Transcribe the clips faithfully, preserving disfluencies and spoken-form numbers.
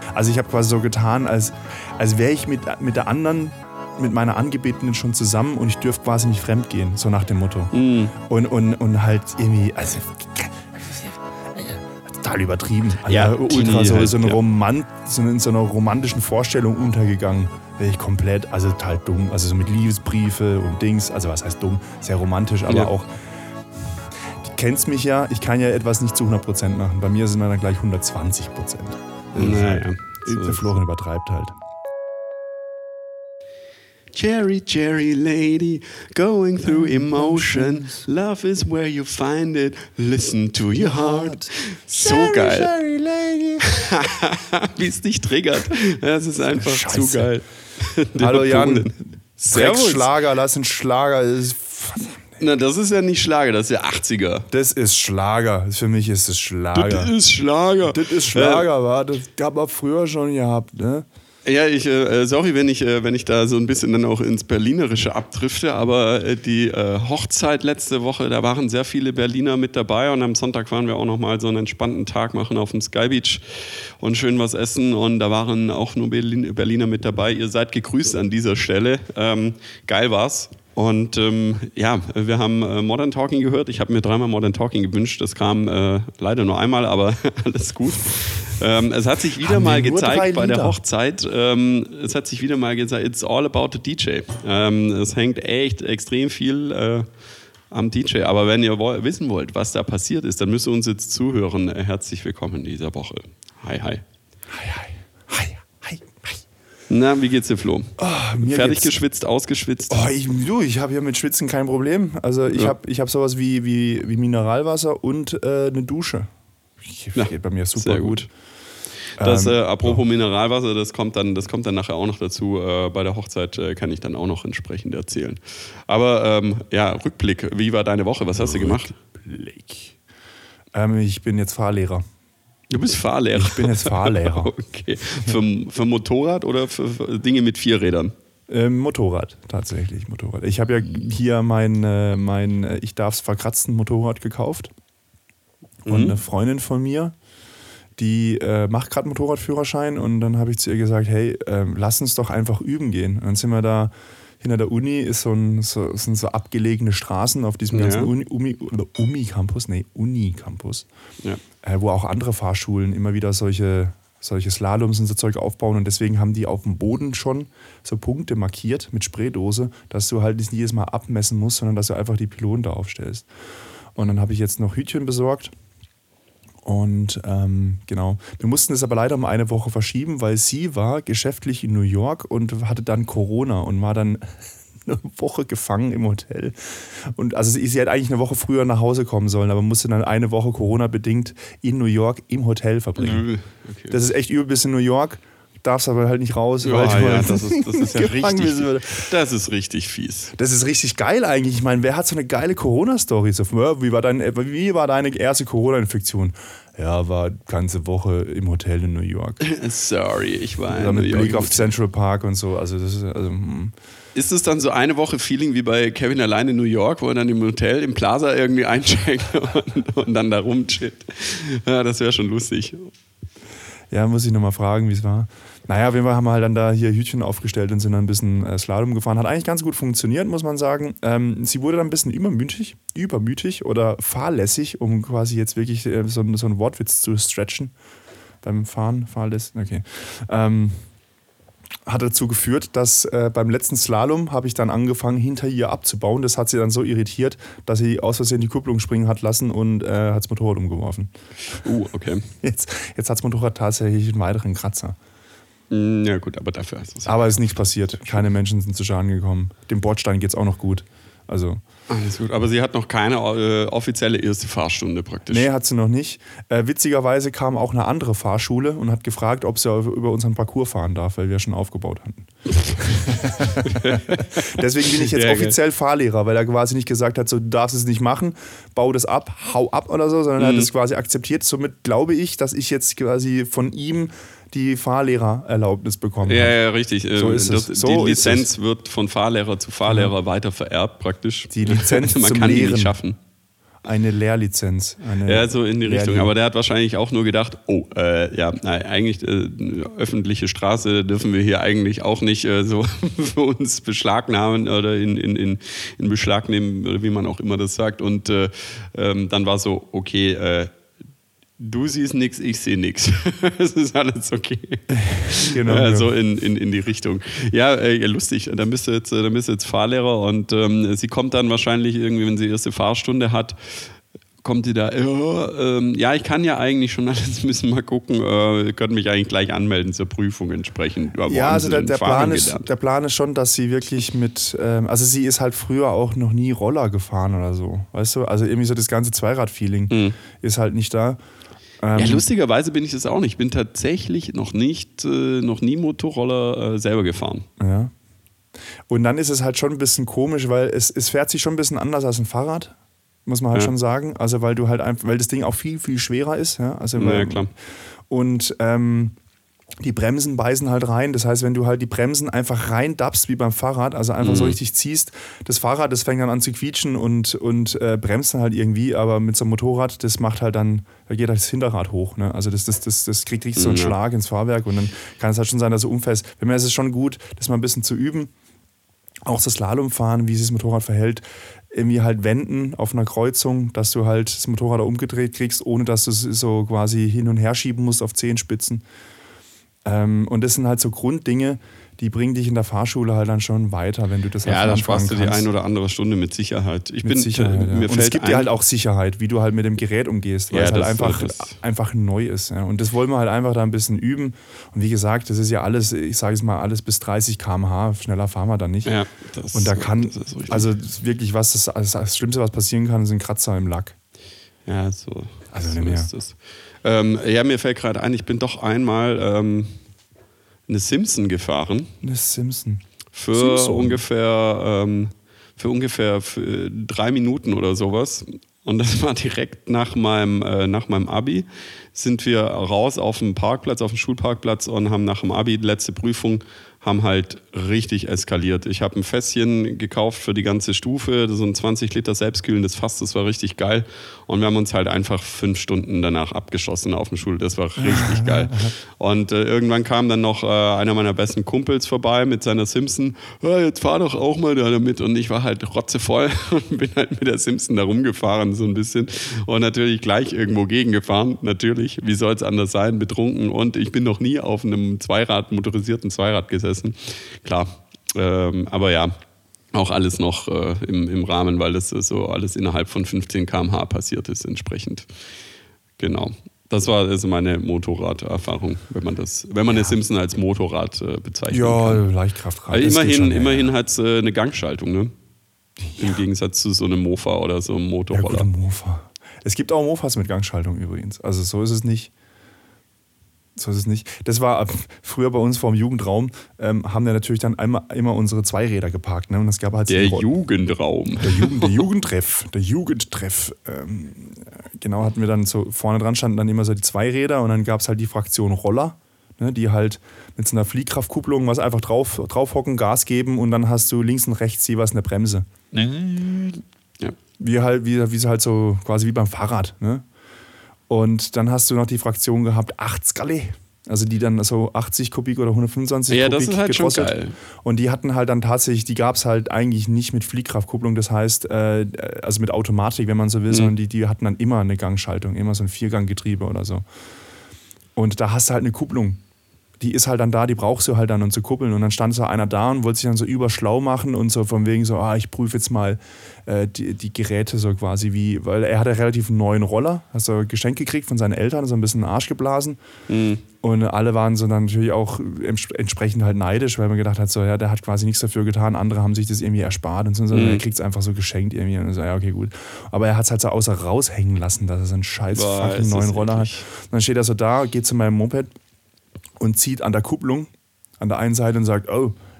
Also ich habe quasi so getan, als, als wäre ich mit, mit der anderen, mit meiner Angebetenen schon zusammen und ich dürfte quasi nicht fremd gehen, so nach dem Motto. Mm. Und, und, und halt irgendwie, also total übertrieben. Also ja, ultra so, halt, so, eine ja. Roman, so in so einer romantischen Vorstellung untergegangen. Wäre ich komplett, also total dumm. Also so mit Liebesbriefe und Dings, also was heißt dumm, sehr romantisch, aber ja. auch, du kennst mich ja, ich kann ja etwas nicht zu hundert Prozent machen. Bei mir sind wir dann gleich hundertzwanzig Prozent. Naja, so der Florian übertreibt halt. Cherry, cherry lady, going through emotion. Love is where you find it. Listen to your heart. So cherry, geil. Cherry lady. Wie es dich triggert. Das ist einfach Scheiße. Zu geil. Hallo Jan. Sechs Schlager, lass einen Schlager. Das ist Na, das ist ja nicht Schlager, das ist ja achtziger. Das ist Schlager. Für mich ist es Schlager. Das ist Schlager. Das ist Schlager, äh, war. Das gab man früher schon gehabt, ne? Ja, ich, äh, sorry, wenn ich, äh, wenn ich da so ein bisschen dann auch ins Berlinerische abdrifte, aber äh, die äh, Hochzeit letzte Woche, da waren sehr viele Berliner mit dabei und am Sonntag waren wir auch nochmal so einen entspannten Tag machen auf dem Sky Beach und schön was essen und da waren auch nur Berlin, Berliner mit dabei. Ihr seid gegrüßt an dieser Stelle. Ähm, geil war's. Und ähm, ja, wir haben äh, Modern Talking gehört. Ich habe mir dreimal Modern Talking gewünscht. Das kam äh, leider nur einmal, aber alles gut. Ähm, es hat sich wieder haben mal gezeigt bei der Hochzeit, ähm, es hat sich wieder mal gezeigt, it's all about the D J. Ähm, es hängt echt extrem viel äh, am D J. Aber wenn ihr wo- wissen wollt, was da passiert ist, dann müsst ihr uns jetzt zuhören. Herzlich willkommen in dieser Woche. Hi, hi. Hi, hi. Hi, hi, hi. Na, wie geht's dir, Flo? Oh, mir Fertig geht's... geschwitzt, ausgeschwitzt? Oh, ich, du, ich habe hier mit Schwitzen kein Problem. Also ich ja. habe ich hab sowas wie, wie, wie Mineralwasser und äh, eine Dusche. Ja, geht bei mir super sehr gut. gut. Das, äh, ähm, apropos oh. Mineralwasser, das kommt dann, das kommt dann nachher auch noch dazu. Äh, bei der Hochzeit äh, kann ich dann auch noch entsprechend erzählen. Aber ähm, ja, Rückblick, wie war deine Woche? Was hast du gemacht? Rückblick. Ähm, ich bin jetzt Fahrlehrer. Du bist Fahrlehrer? Ich bin jetzt Fahrlehrer. Okay. Für, für Motorrad oder für, für Dinge mit vier Rädern? Ähm, Motorrad, tatsächlich Motorrad. Ich habe ja hier mein, äh, mein äh, ich darf's verkratzen Motorrad gekauft. Und mhm. eine Freundin von mir, die äh, macht gerade Motorradführerschein und dann habe ich zu ihr gesagt, hey, äh, lass uns doch einfach üben gehen. Und dann sind wir da, hinter der Uni ist so ein, so, sind so abgelegene Straßen auf diesem ganzen ja. Uni, Uni, Uni-Campus, nee, Uni-Campus, ja. äh, wo auch andere Fahrschulen immer wieder solche, solche Slaloms und so Zeug aufbauen und deswegen haben die auf dem Boden schon so Punkte markiert mit Spraydose, dass du halt nicht jedes Mal abmessen musst, sondern dass du einfach die Pylonen da aufstellst. Und dann habe ich jetzt noch Hütchen besorgt. Und ähm, genau, wir mussten es aber leider um eine Woche verschieben, weil sie war geschäftlich in New York und hatte dann Corona und war dann eine Woche gefangen im Hotel. Und also sie, sie hätte eigentlich eine Woche früher nach Hause kommen sollen, aber musste dann eine Woche Corona-bedingt in New York im Hotel verbringen. Okay. Das ist echt übel bis in New York. Darfst aber halt nicht raus. Ja, weil ja, halt das ist, das ist ja richtig, das ist richtig fies. Das ist richtig geil eigentlich. Ich meine, wer hat so eine geile Corona-Story? So, wie, war dein, wie war deine erste Corona-Infektion? Ja, war ganze Woche im Hotel in New York. Sorry, ich war in ja, mit New York. Blick auf Central Park und so. Also das ist, also, hm. Ist es dann so eine Woche Feeling wie bei Kevin allein in New York, wo er dann im Hotel, im Plaza irgendwie eincheckt und, und dann da rumchillt? Ja, das wäre schon lustig. Ja, muss ich nochmal fragen, wie es war. Naja, auf jeden Fall haben wir halt dann da hier Hütchen aufgestellt und sind dann ein bisschen äh, Slalom gefahren. Hat eigentlich ganz gut funktioniert, muss man sagen. Ähm, sie wurde dann ein bisschen übermütig, übermütig oder fahrlässig, um quasi jetzt wirklich äh, so, so einen Wortwitz zu stretchen. Beim Fahren, fahrlässig, okay. Ähm, hat dazu geführt, dass äh, beim letzten Slalom habe ich dann angefangen, hinter ihr abzubauen. Das hat sie dann so irritiert, dass sie aus Versehen die Kupplung springen hat lassen und äh, hat das Motorrad umgeworfen. Uh, okay. Jetzt, jetzt hat das Motorrad tatsächlich einen weiteren Kratzer. Ja gut, aber dafür ist es. Aber es ist nichts passiert. Keine Menschen sind zu Schaden gekommen. Dem Bordstein geht es auch noch gut. Also alles gut, aber sie hat noch keine äh, offizielle erste Fahrstunde praktisch. Nee, hat sie noch nicht. Äh, witzigerweise kam auch eine andere Fahrschule und hat gefragt, ob sie über unseren Parcours fahren darf, weil wir schon aufgebaut hatten. Deswegen bin ich jetzt ja, offiziell geil. Fahrlehrer, weil er quasi nicht gesagt hat, so, du darfst es nicht machen, bau das ab, hau ab oder so, sondern mhm. er hat es quasi akzeptiert. Somit glaube ich, dass ich jetzt quasi von ihm die Fahrlehrererlaubnis bekommen ja, habe. Ja, richtig. So ist das, es. So die Lizenz wird von Fahrlehrer zu Fahrlehrer ja. weiter vererbt praktisch. Die Lizenz Man zum kann Lehren. die nicht schaffen. Eine Lehrlizenz. Eine ja, so in die Lehrli- Richtung. Aber der hat wahrscheinlich auch nur gedacht, oh, äh, ja, na, eigentlich äh, öffentliche Straße dürfen wir hier eigentlich auch nicht äh, so für uns beschlagnahmen oder in, in, in, in Beschlag nehmen, oder wie man auch immer das sagt. Und äh, ähm, dann war so, okay, äh, du siehst nichts, ich sehe nichts. Es ist alles okay. Genau. Ja, ja. so in, in, in die Richtung. Ja, äh, lustig. Dann bist du jetzt, dann bist du jetzt Fahrlehrer und ähm, sie kommt dann wahrscheinlich irgendwie, wenn sie erste Fahrstunde hat, kommt sie da, ja, ähm, ja, ich kann ja eigentlich schon alles, müssen mal gucken, äh, ihr könnt mich eigentlich gleich anmelden zur Prüfung entsprechend. Ja, Ja, also der, der, Plan ist, gelernt? der Plan ist schon, dass sie wirklich mit, ähm, also sie ist halt früher auch noch nie Roller gefahren oder so, weißt du? Also irgendwie so das ganze Zweirad-Feeling Mhm. ist halt nicht da. Ja, Ähm, lustigerweise bin ich das auch nicht. Ich bin tatsächlich noch nicht, äh, noch nie Motorroller äh, selber gefahren. Ja. Und dann ist es halt schon ein bisschen komisch, weil es, es fährt sich schon ein bisschen anders als ein Fahrrad, muss man halt Ja. schon sagen. Also weil du halt einfach, weil das Ding auch viel, viel schwerer ist. Ja, also Ja, weil, klar. Und ähm, die Bremsen beißen halt rein. Das heißt, wenn du halt die Bremsen einfach reindapst wie beim Fahrrad, also einfach Mhm. so richtig ziehst, das Fahrrad, das fängt dann an zu quietschen und, und äh, bremst dann halt irgendwie, aber mit so einem Motorrad, das macht halt dann, da geht halt das Hinterrad hoch. Ne? Also das, das, das, das kriegt richtig so einen Ja. Schlag ins Fahrwerk und dann kann es halt schon sein, dass du umfällst. Für mich ist es schon gut, das mal ein bisschen zu üben. Auch das Slalomfahren, wie sich das Motorrad verhält, irgendwie halt wenden auf einer Kreuzung, dass du halt das Motorrad da umgedreht kriegst, ohne dass du es so quasi hin und her schieben musst auf Zehenspitzen. Ähm, und das sind halt so Grunddinge, die bringen dich in der Fahrschule halt dann schon weiter, wenn du das halt Ja, von da Anfang sparst du an die kannst. ein oder andere Stunde mit Sicherheit. Ich Mit bin, Sicherheit, äh, ja. mir Und fällt es gibt ein, dir halt auch Sicherheit, wie du halt mit dem Gerät umgehst, weil Ja, es halt das- einfach, das- einfach neu ist. Ja. Und das wollen wir halt einfach da ein bisschen üben. Und wie gesagt, das ist ja alles, ich sage es mal, alles bis dreißig Kilometer pro Stunde. Schneller fahren wir da nicht. ja, das, Und da kann, das ist richtig. also das ist wirklich was, das, das, das Schlimmste, was passieren kann, sind Kratzer im Lack. Ja, so, Also so nicht mehr. ist es. Ähm, ja, mir fällt gerade ein, ich bin doch einmal ähm, eine Simpson gefahren. Eine Simpson. Für Simpson. ungefähr, ähm, für ungefähr für drei Minuten oder sowas. Und das war direkt nach meinem, äh, nach meinem Abi. Sind wir raus auf dem Parkplatz, auf dem Schulparkplatz und haben nach dem Abi, die letzte Prüfung, haben halt richtig eskaliert. Ich habe ein Fässchen gekauft für die ganze Stufe, so ein zwanzig Liter selbstkühlendes Fass, das war richtig geil. Und wir haben uns halt einfach fünf Stunden danach abgeschossen auf dem Schul, das war richtig geil. Und äh, irgendwann kam dann noch äh, einer meiner besten Kumpels vorbei mit seiner Simpson. Ja, jetzt fahr doch auch mal da damit. Und ich war halt rotzevoll und bin halt mit der Simpson da rumgefahren so ein bisschen. Und natürlich gleich irgendwo gegengefahren, natürlich. Wie soll es anders sein, betrunken. Und ich bin noch nie auf einem Zweirad, motorisierten Zweirad gesessen. Klar, ähm, aber ja, auch alles noch äh, im, im Rahmen, weil das so alles innerhalb von fünfzehn Kilometer pro Stunde passiert ist entsprechend. Genau. Das war also meine Motorraderfahrung, wenn man das, wenn man Ja. eine Simpson als Motorrad äh, bezeichnen Ja, kann. Leichtkraftrad. Also das geht immerhin schon, ja, immerhin ja. hat es äh, eine Gangschaltung, ne? Im Gegensatz zu so einem Mofa oder so einem Ja, Motorroller. gut, Mofa. Es gibt auch Mofas mit Gangschaltung übrigens. Also so ist es nicht. So ist es nicht. Das war äh, früher bei uns vor dem Jugendraum, ähm, haben wir natürlich dann einmal, immer unsere Zweiräder geparkt. Ne? Und es gab halt so Der die Ro- Jugendraum. der, Jugend, der Jugendtreff. Der Jugendtreff. Ähm, äh, genau, hatten wir dann so, vorne dran standen dann immer so die Zweiräder und dann gab es halt die Fraktion Roller, ne, die halt mit so einer Fliehkraftkupplung was einfach drauf, draufhocken, Gas geben und dann hast du links und rechts jeweils eine Bremse. Ja. Wie halt, wie, wie so halt so quasi wie beim Fahrrad. Ne? Und dann hast du noch die Fraktion gehabt, acht Skalle. Also die dann so achtzig Kubik oder hundertfünfundzwanzig Ja, Kubik das ist halt schon gedrosselt. geil. Und die hatten halt dann tatsächlich, die gab es halt eigentlich nicht mit Fliehkraftkupplung, das heißt, äh, also mit Automatik, wenn man so will, Mhm. sondern die, die hatten dann immer eine Gangschaltung, immer so ein Vierganggetriebe oder so. Und da hast du halt eine Kupplung. Die ist halt dann da, die brauchst du halt dann, um zu kuppeln. Und dann stand so einer da und wollte sich dann so überschlau machen und so von wegen so, ah, ich prüfe jetzt mal äh, die, die Geräte so quasi wie, weil er hatte relativ einen neuen Roller, hast du geschenkt gekriegt von seinen Eltern, so ein bisschen in den Arsch geblasen. Mhm. Und alle waren so dann natürlich auch ents- entsprechend halt neidisch, weil man gedacht hat, so, ja, der hat quasi nichts dafür getan, andere haben sich das irgendwie erspart und so, so Mhm. er kriegt es einfach so geschenkt irgendwie. Und so, ja, okay, gut. Aber er hat es halt so außer raushängen lassen, dass er so einen scheiß Boah, fucking ist das neuen Roller hat. eklig. Und dann steht er so da, geht zu meinem Moped und zieht an der Kupplung an der einen Seite und sagt, oh,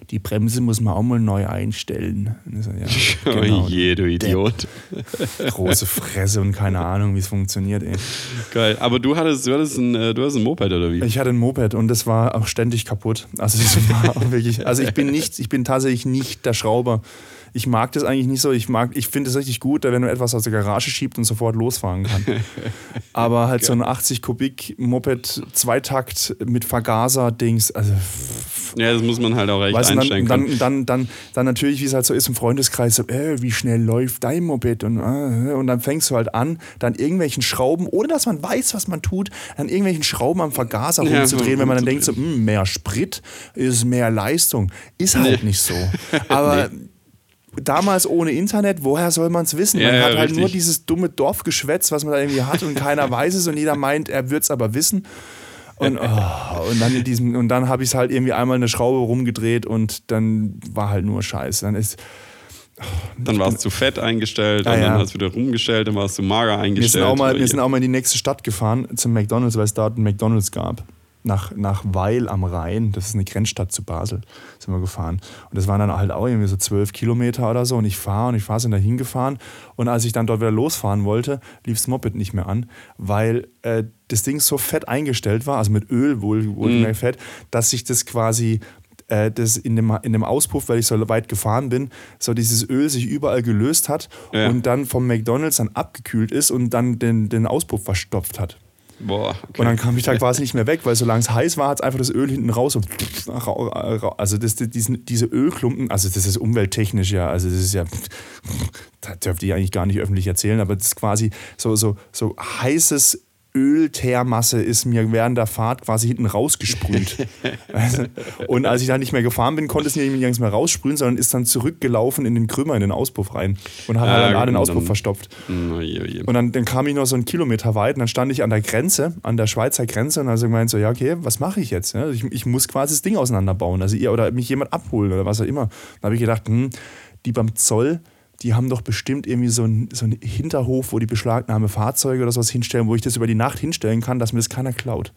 die Bremse muss man auch mal neu einstellen. So, ja, genau. Oh je, du Idiot. Große Fresse und keine Ahnung, wie es funktioniert. Ey. Geil, aber du hattest, du hattest ein, du hast ein Moped oder wie? Ich hatte ein Moped und das war auch ständig kaputt. Also das war auch wirklich, also ich bin nicht, ich bin tatsächlich nicht der Schrauber. Ich mag das eigentlich nicht so. Ich mag, ich finde es richtig gut, wenn man etwas aus der Garage schiebt und sofort losfahren kann. Aber halt okay. so ein achtzig Kubik Moped, Zweitakt mit Vergaser-Dings, also ja, das muss man halt auch recht einstellen dann, können. Dann, dann, dann, dann natürlich, wie es halt so ist im Freundeskreis, so, äh, wie schnell läuft dein Moped? Und, äh, und dann fängst du halt an, dann irgendwelchen Schrauben, ohne dass man weiß, was man tut, an irgendwelchen Schrauben am Vergaser ja, rumzudrehen, wenn man dann denkt, so, mh, mehr Sprit ist mehr Leistung. Ist halt nee. nicht so. Aber nee. damals ohne Internet, woher soll man es wissen? Man ja, hat ja, halt richtig. nur dieses dumme Dorfgeschwätz, was man da irgendwie hat und keiner weiß es und jeder meint, er wird es aber wissen. Und, oh, und dann in diesem und dann habe ich es halt irgendwie einmal eine Schraube rumgedreht und dann war halt nur Scheiße. Dann ist oh, dann warst du zu fett eingestellt ah, und dann ja. hast du wieder rumgestellt, dann warst du mager eingestellt. Wir sind auch mal, wir sind auch mal in die nächste Stadt gefahren, zum McDonald's, weil es dort einen McDonald's gab. Nach, nach Weil am Rhein, das ist eine Grenzstadt zu Basel, sind wir gefahren. Und das waren dann halt auch irgendwie so zwölf Kilometer oder so und ich fahre und ich fahre, sind da hingefahren und als ich dann dort wieder losfahren wollte, lief das Moped nicht mehr an, weil äh, das Ding so fett eingestellt war, also mit Öl wohl, wohl mm. fett, dass sich das quasi äh, das in dem, in dem Auspuff, weil ich so weit gefahren bin, so dieses Öl sich überall gelöst hat ja. und dann vom McDonald's dann abgekühlt ist und dann den, den Auspuff verstopft hat. Boah, okay. Und dann kam ich da quasi nicht mehr weg, weil solange es heiß war, hat es einfach das Öl hinten raus. Und also das, diesen, diese Ölklumpen, also das ist umwelttechnisch ja, also das ist ja, das dürfte ich eigentlich gar nicht öffentlich erzählen, aber das ist quasi so, so, so heißes Ölteermasse ist mir während der Fahrt quasi hinten rausgesprüht. Und als ich dann nicht mehr gefahren bin, konnte es nicht nirgends mehr raussprühen, sondern ist dann zurückgelaufen in den Krümmer, in den Auspuff rein und hat ja, dann den Auspuff dann, verstopft. Oh je, je. Und dann, dann kam ich noch so einen Kilometer weit und dann stand ich an der Grenze, an der Schweizer Grenze und dann habe ich gemeint, so, ja okay, was mache ich jetzt? Ich, ich muss quasi das Ding auseinanderbauen, also ihr oder mich jemand abholen oder was auch immer. Dann habe ich gedacht, hm, die beim Zoll, die haben doch bestimmt irgendwie so einen, so einen Hinterhof, wo die beschlagnahme Fahrzeuge oder sowas hinstellen, wo ich das über die Nacht hinstellen kann, dass mir das keiner klaut.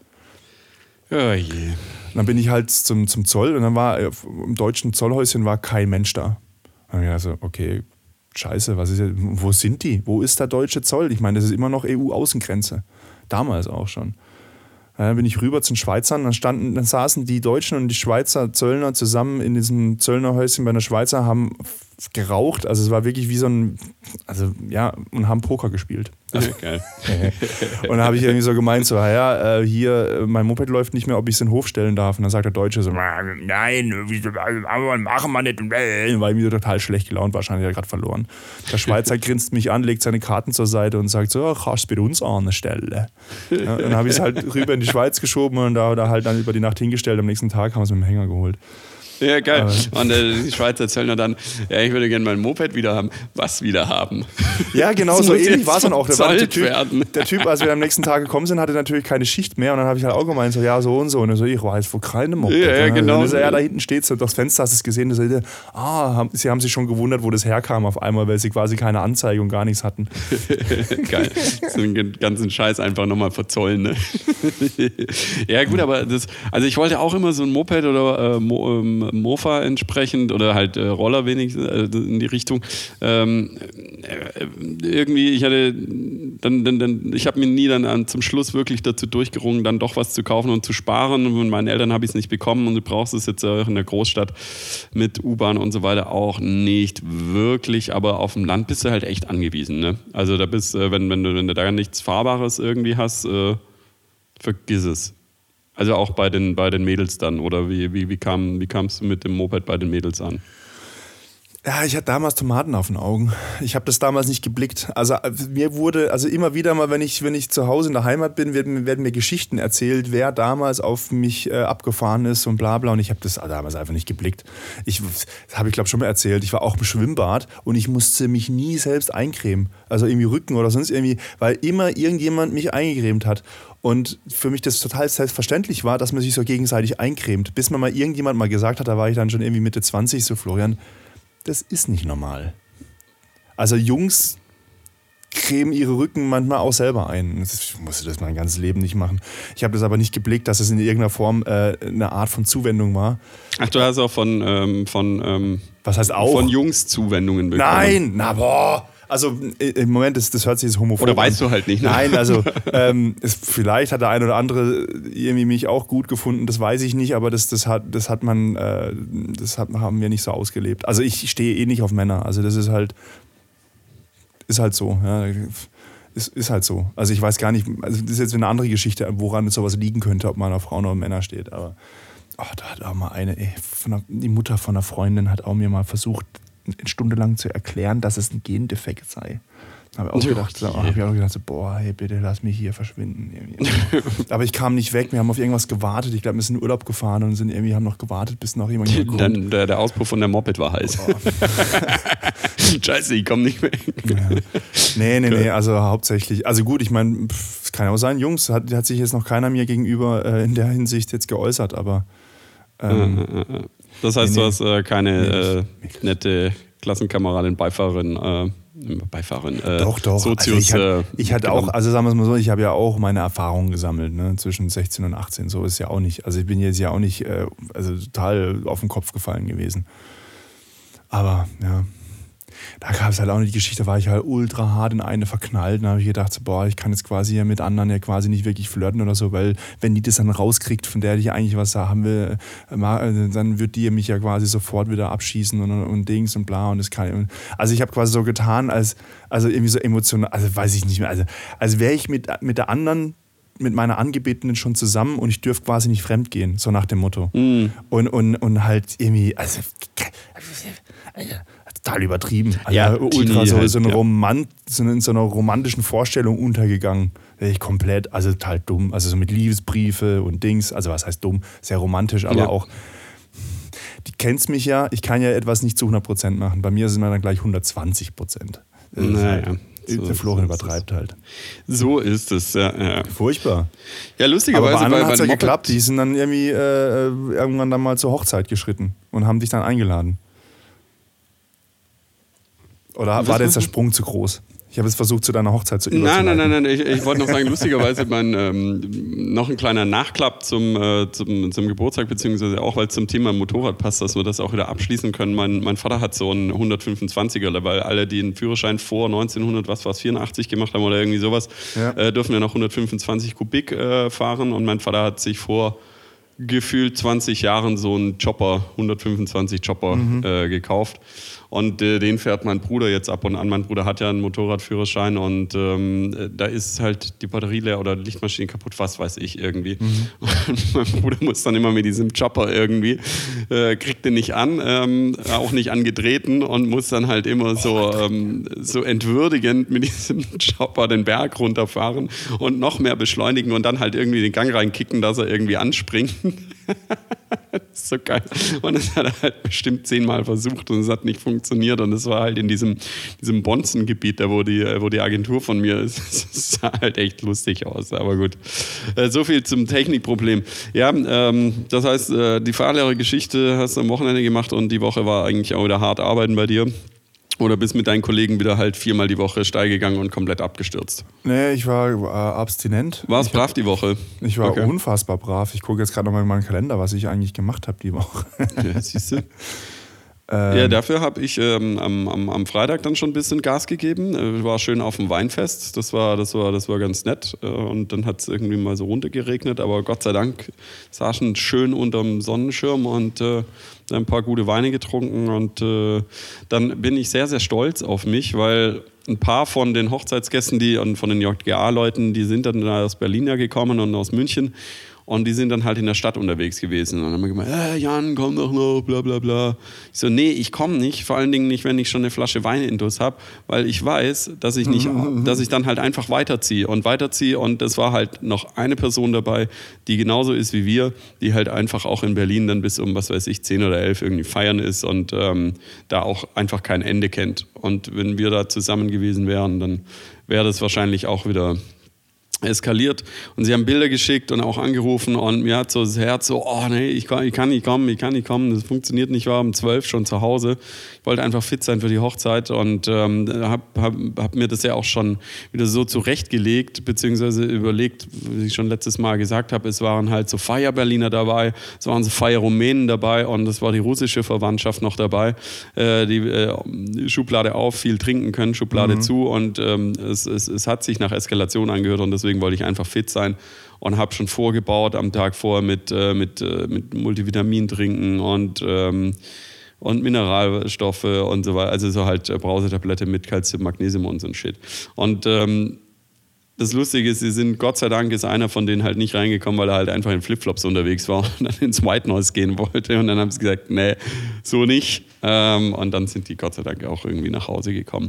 Oh je. Dann bin ich halt zum, zum Zoll und dann war im deutschen Zollhäuschen war kein Mensch da. Dann habe ich also, okay, scheiße, was ist jetzt, wo sind die? Wo ist der deutsche Zoll? Ich meine, das ist immer noch E U-Außengrenze. Damals auch schon. Dann bin ich rüber zu den Schweizern, dann standen, dann saßen die Deutschen und die Schweizer Zöllner zusammen in diesem Zöllnerhäuschen bei einer Schweizer, haben geraucht, also es war wirklich wie so ein, also ja, und haben Poker gespielt. Also, geil. Und dann habe ich irgendwie so gemeint, so, ja, hier, mein Moped läuft nicht mehr, ob ich es in den Hof stellen darf. Und dann sagt der Deutsche so, nein, machen wir nicht. War irgendwie total schlecht gelaunt, wahrscheinlich hat er gerade verloren. Der Schweizer grinst mich an, legt seine Karten zur Seite und sagt so, kannst du bei uns an der Stelle. Ja, dann habe ich es halt rüber in die Schweiz geschoben und da, da halt dann über die Nacht hingestellt. Am nächsten Tag haben wir es mit dem Hänger geholt. Ja, geil. Aber und äh, die Schweizer Zöllner dann, ja, ich würde gerne mein Moped wieder haben. Was wieder haben? Ja, genau, so ähnlich war es dann auch. Der, der, typ, der Typ, als wir am nächsten Tag gekommen sind, hatte natürlich keine Schicht mehr. Und dann habe ich halt auch gemeint, so, ja, so und so. Und so, ich weiß, wo keine Moped. Ja, ja, genau. Und so, ja, da hinten steht so, durchs Fenster hast du es gesehen. Und so, ah, haben, sie haben sich schon gewundert, wo das herkam auf einmal, weil sie quasi keine Anzeige und gar nichts hatten. Geil. So einen ganzen Scheiß einfach nochmal verzollen, ne? Ja, gut, aber das, also ich wollte auch immer so ein Moped oder äh, Mo, ähm, Mofa entsprechend oder halt äh, Roller wenigstens äh, in die Richtung. Ähm, äh, irgendwie, ich hatte dann, dann, dann ich habe mir nie dann an, zum Schluss wirklich dazu durchgerungen, dann doch was zu kaufen und zu sparen. Und von meinen Eltern habe ich es nicht bekommen und du brauchst es jetzt auch in der Großstadt mit U-Bahn und so weiter auch nicht wirklich, aber auf dem Land bist du halt echt angewiesen. Ne? Also da bist, äh, wenn, wenn, du, wenn du da nichts Fahrbares irgendwie hast, äh, vergiss es. Also auch bei den, bei den Mädels dann, oder wie, wie, wie, kam, wie kamst du mit dem Moped bei den Mädels an? Ja, ich hatte damals Tomaten auf den Augen. Ich habe das damals nicht geblickt. Also mir wurde, also immer wieder mal, wenn ich, wenn ich zu Hause in der Heimat bin, werden, werden mir Geschichten erzählt, wer damals auf mich äh, abgefahren ist und bla bla. Und ich habe das damals einfach nicht geblickt. Ich, das habe ich glaube schon mal erzählt. Ich war auch im Schwimmbad und ich musste mich nie selbst eincremen. Also irgendwie Rücken oder sonst irgendwie, weil immer irgendjemand mich eingecremt hat. Und für mich das total selbstverständlich war, dass man sich so gegenseitig eincremt. Bis mir mal irgendjemand mal gesagt hat, da war ich dann schon irgendwie Mitte zwanzig, so Florian, das ist nicht normal. Also Jungs cremen ihre Rücken manchmal auch selber ein. Ich musste das mein ganzes Leben nicht machen. Ich habe das aber nicht geblickt, dass es in irgendeiner Form äh, eine Art von Zuwendung war. Ach, du hast auch von, ähm, von, ähm, Was heißt auch? von Jungs Zuwendungen bekommen. Nein, na boah. Also im Moment, das, das hört sich jetzt homophob Oder an. weißt du halt nicht, ne? Nein, also ähm, es, vielleicht hat der ein oder andere irgendwie mich auch gut gefunden, das weiß ich nicht, aber das, das, hat, das hat man, äh, das hat, haben wir nicht so ausgelebt. Also ich stehe eh nicht auf Männer, also das ist halt, ist halt so, ja. Ist, ist halt so. Also ich weiß gar nicht, also das ist jetzt eine andere Geschichte, woran sowas liegen könnte, ob man auf Frauen oder Männer steht, aber oh, da hat auch mal eine, ey, von der, die Mutter von einer Freundin hat auch mir mal versucht, eine Stunde lang zu erklären, dass es ein Gendefekt sei. Da habe ich auch gedacht, so, hab ich auch gedacht so, boah, hey, bitte lass mich hier verschwinden. Aber ich kam nicht weg, wir haben auf irgendwas gewartet. Ich glaube, wir sind in Urlaub gefahren und sind irgendwie haben noch gewartet, bis noch jemand kommt. Dann der, der Auspuff von der Moped war heiß. Oh. Scheiße, ich komme nicht weg. Ja. Nee, nee, nee, also hauptsächlich, also gut, ich meine, es kann ja auch sein, Jungs, hat, hat sich jetzt noch keiner mir gegenüber äh, in der Hinsicht jetzt geäußert, aber ähm, das heißt, nee, du hast äh, keine nee, äh, nette Klassenkameradin, Beifahrerin, äh, Beifahrerin, äh, doch, doch. Sozius. Also ich, ich hatte auch, also sagen wir es mal so, ich habe ja auch meine Erfahrungen gesammelt, ne, zwischen sechzehn und achtzehn, so ist ja auch nicht, also ich bin jetzt ja auch nicht, äh, also total auf den Kopf gefallen gewesen. Aber, ja, da gab es halt auch eine Geschichte, da war ich halt ultra hart in eine verknallt. Da habe ich gedacht, so, boah, ich kann jetzt quasi hier mit anderen ja quasi nicht wirklich flirten oder so, weil wenn die das dann rauskriegt, von der ich eigentlich was haben will, dann wird die mich ja quasi sofort wieder abschießen und, und Dings und bla und das kann. Also ich habe quasi so getan, als also irgendwie so emotional, also weiß ich nicht mehr, also als wäre ich mit, mit der anderen, mit meiner Angebetenen schon zusammen und ich dürfte quasi nicht fremd gehen, so nach dem Motto. Mm. Und, und, und halt irgendwie, also total übertrieben. Also ja, ultra so, halt, so, eine ja. Romant, so in so einer romantischen Vorstellung untergegangen. Ich komplett, also total dumm. Also so mit Liebesbriefe und Dings. Also was heißt dumm? Sehr romantisch, aber ja. auch, die kennst mich ja, ich kann ja etwas nicht zu hundert Prozent machen. Bei mir sind wir dann gleich hundertzwanzig Prozent. Naja. Halt, so, der Florian so übertreibt halt. So ist es, ja. ja. Furchtbar. Ja, lustigerweise. Aber bei anderen hat es ja Moped geklappt. Die sind dann irgendwie äh, irgendwann dann mal zur Hochzeit geschritten und haben dich dann eingeladen. Oder war jetzt der Sprung zu groß? Ich habe jetzt versucht, zu deiner Hochzeit zu überzuleiten. Nein, nein, nein, nein. Ich, ich wollte noch sagen, lustigerweise mein, ähm, noch ein kleiner Nachklapp zum, äh, zum, zum Geburtstag, beziehungsweise auch, weil es zum Thema Motorrad passt, dass wir das auch wieder abschließen können. Mein, mein Vater hat so einen hundertfünfundzwanziger, weil alle, die einen Führerschein vor neunzehnhundert, was war es, vierundachtzig gemacht haben oder irgendwie sowas, ja. äh, dürfen ja noch hundertfünfundzwanzig Kubik äh, fahren. Und mein Vater hat sich vor gefühlt zwanzig Jahren so einen Chopper, hundertfünfundzwanzig Chopper mhm. äh, gekauft. Und äh, den fährt mein Bruder jetzt ab und an. Mein Bruder hat ja einen Motorradführerschein und ähm, da ist halt die Batterie leer oder die Lichtmaschine kaputt, was weiß ich irgendwie. Mhm. Und mein Bruder muss dann immer mit diesem Chopper irgendwie, äh, kriegt den nicht an, ähm, auch nicht angedrehten und muss dann halt immer so, ähm, so entwürdigend mit diesem Chopper den Berg runterfahren und noch mehr beschleunigen und dann halt irgendwie den Gang reinkicken, dass er irgendwie anspringt. Das ist so geil. Und das hat er halt bestimmt zehnmal versucht und es hat nicht funktioniert. Und es war halt in diesem, diesem Bonzengebiet, da wo die, wo die Agentur von mir ist. Das sah halt echt lustig aus. Aber gut. So viel zum Technikproblem. Ja, ähm, das heißt, die Fahrlehrergeschichte hast du am Wochenende gemacht und die Woche war eigentlich auch wieder hart arbeiten bei dir. Oder bist mit deinen Kollegen wieder halt viermal die Woche steil gegangen und komplett abgestürzt? Nee, ich war, war abstinent. Warst brav die Woche? Ich war okay. unfassbar brav. Ich gucke jetzt gerade nochmal in meinen Kalender, was ich eigentlich gemacht habe die Woche. Ja, siehst du. Ähm, ja, dafür habe ich ähm, am, am, am Freitag dann schon ein bisschen Gas gegeben. Äh, war schön auf dem Weinfest. Das war, das war, das war ganz nett. Äh, und dann hat es irgendwie mal so runtergeregnet. Aber Gott sei Dank saßen schön unterm Sonnenschirm und äh, ein paar gute Weine getrunken. Und äh, dann bin ich sehr, sehr stolz auf mich, weil ein paar von den Hochzeitsgästen, die und von den J G A-Leuten, die sind dann aus Berlin ja gekommen und aus München. Und die sind dann halt in der Stadt unterwegs gewesen. Und dann haben wir gemeint, äh, Jan, komm doch noch, bla bla bla. Ich so, nee, ich komme nicht. Vor allen Dingen nicht, wenn ich schon eine Flasche Wein intus habe. Weil ich weiß, dass ich nicht, dass ich dann halt einfach weiterziehe und weiterziehe. Und es war halt noch eine Person dabei, die genauso ist wie wir, die halt einfach auch in Berlin dann bis um, was weiß ich, zehn oder elf irgendwie feiern ist und ähm, da auch einfach kein Ende kennt. Und wenn wir da zusammen gewesen wären, dann wäre das wahrscheinlich auch wieder eskaliert und sie haben Bilder geschickt und auch angerufen und mir hat so das Herz so, oh nee, ich kann, ich kann nicht kommen, ich kann nicht kommen, das funktioniert nicht, ich war um zwölf schon zu Hause. Ich wollte einfach fit sein für die Hochzeit und ähm, habe hab, hab mir das ja auch schon wieder so zurechtgelegt, beziehungsweise überlegt, wie ich schon letztes Mal gesagt habe, es waren halt so Feier-Berliner dabei, es waren so Feier-Rumänen dabei und es war die russische Verwandtschaft noch dabei. Äh, die, äh, Schublade auf, viel trinken können, Schublade mhm. zu und ähm, es, es, es hat sich nach Eskalation angehört und deswegen wollte ich einfach fit sein und habe schon vorgebaut am Tag vorher mit, äh, mit, äh, mit Multivitamin trinken und, ähm, und Mineralstoffe und so weiter. Also so halt äh, Brausetablette mit Calcium, Magnesium und so ein Shit. Und ähm, das Lustige ist, sie sind, Gott sei Dank ist einer von denen halt nicht reingekommen, weil er halt einfach in Flipflops unterwegs war und dann ins White Noise gehen wollte. Und dann haben sie gesagt, nee, so nicht. Ähm, und dann sind die Gott sei Dank auch irgendwie nach Hause gekommen.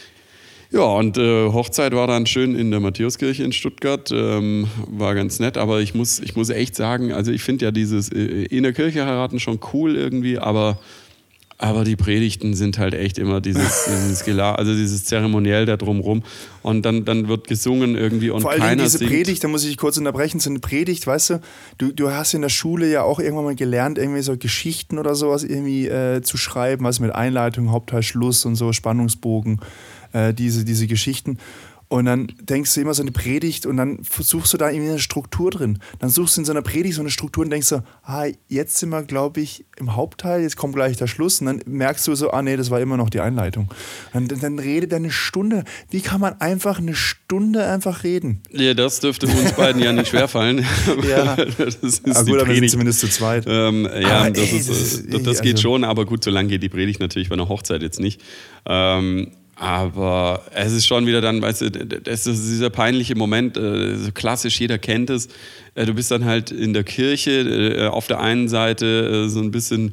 Ja, und äh, Hochzeit war dann schön in der Matthäuskirche in Stuttgart, ähm, war ganz nett, aber ich muss, ich muss echt sagen, also ich finde ja dieses äh, in der Kirche heiraten schon cool irgendwie, aber, aber die Predigten sind halt echt immer dieses, dieses Gela- also dieses Zeremoniell da drumrum und dann, dann wird gesungen irgendwie und vor allem keiner diese singt. Predigt, da muss ich dich kurz unterbrechen, so eine Predigt, weißt du, du, du hast in der Schule ja auch irgendwann mal gelernt, irgendwie so Geschichten oder sowas irgendwie äh, zu schreiben, was mit Einleitung, Hauptteil, Schluss und so, Spannungsbogen. Diese, diese Geschichten und dann denkst du immer so eine Predigt und dann suchst du da irgendwie eine Struktur drin. Dann suchst du in so einer Predigt so eine Struktur und denkst so, ah, jetzt sind wir, glaube ich, im Hauptteil, jetzt kommt gleich der Schluss und dann merkst du so, ah nee, das war immer noch die Einleitung. Und dann, dann redet er eine Stunde. Wie kann man einfach eine Stunde einfach reden? Ja, das dürfte uns beiden ja nicht schwerfallen. Ja, das ist aber die gut, aber wir sind Predigt. zumindest zu zweit. Ähm, ja, aber, das, ey, ist, das, ist, das, das ey, geht also, schon, aber gut, so lange geht die Predigt natürlich bei einer Hochzeit jetzt nicht. Ähm, Aber es ist schon wieder dann, weißt du, das ist dieser peinliche Moment, äh, so klassisch, jeder kennt es. Äh, du bist dann halt in der Kirche, äh, auf der einen Seite äh, so ein bisschen,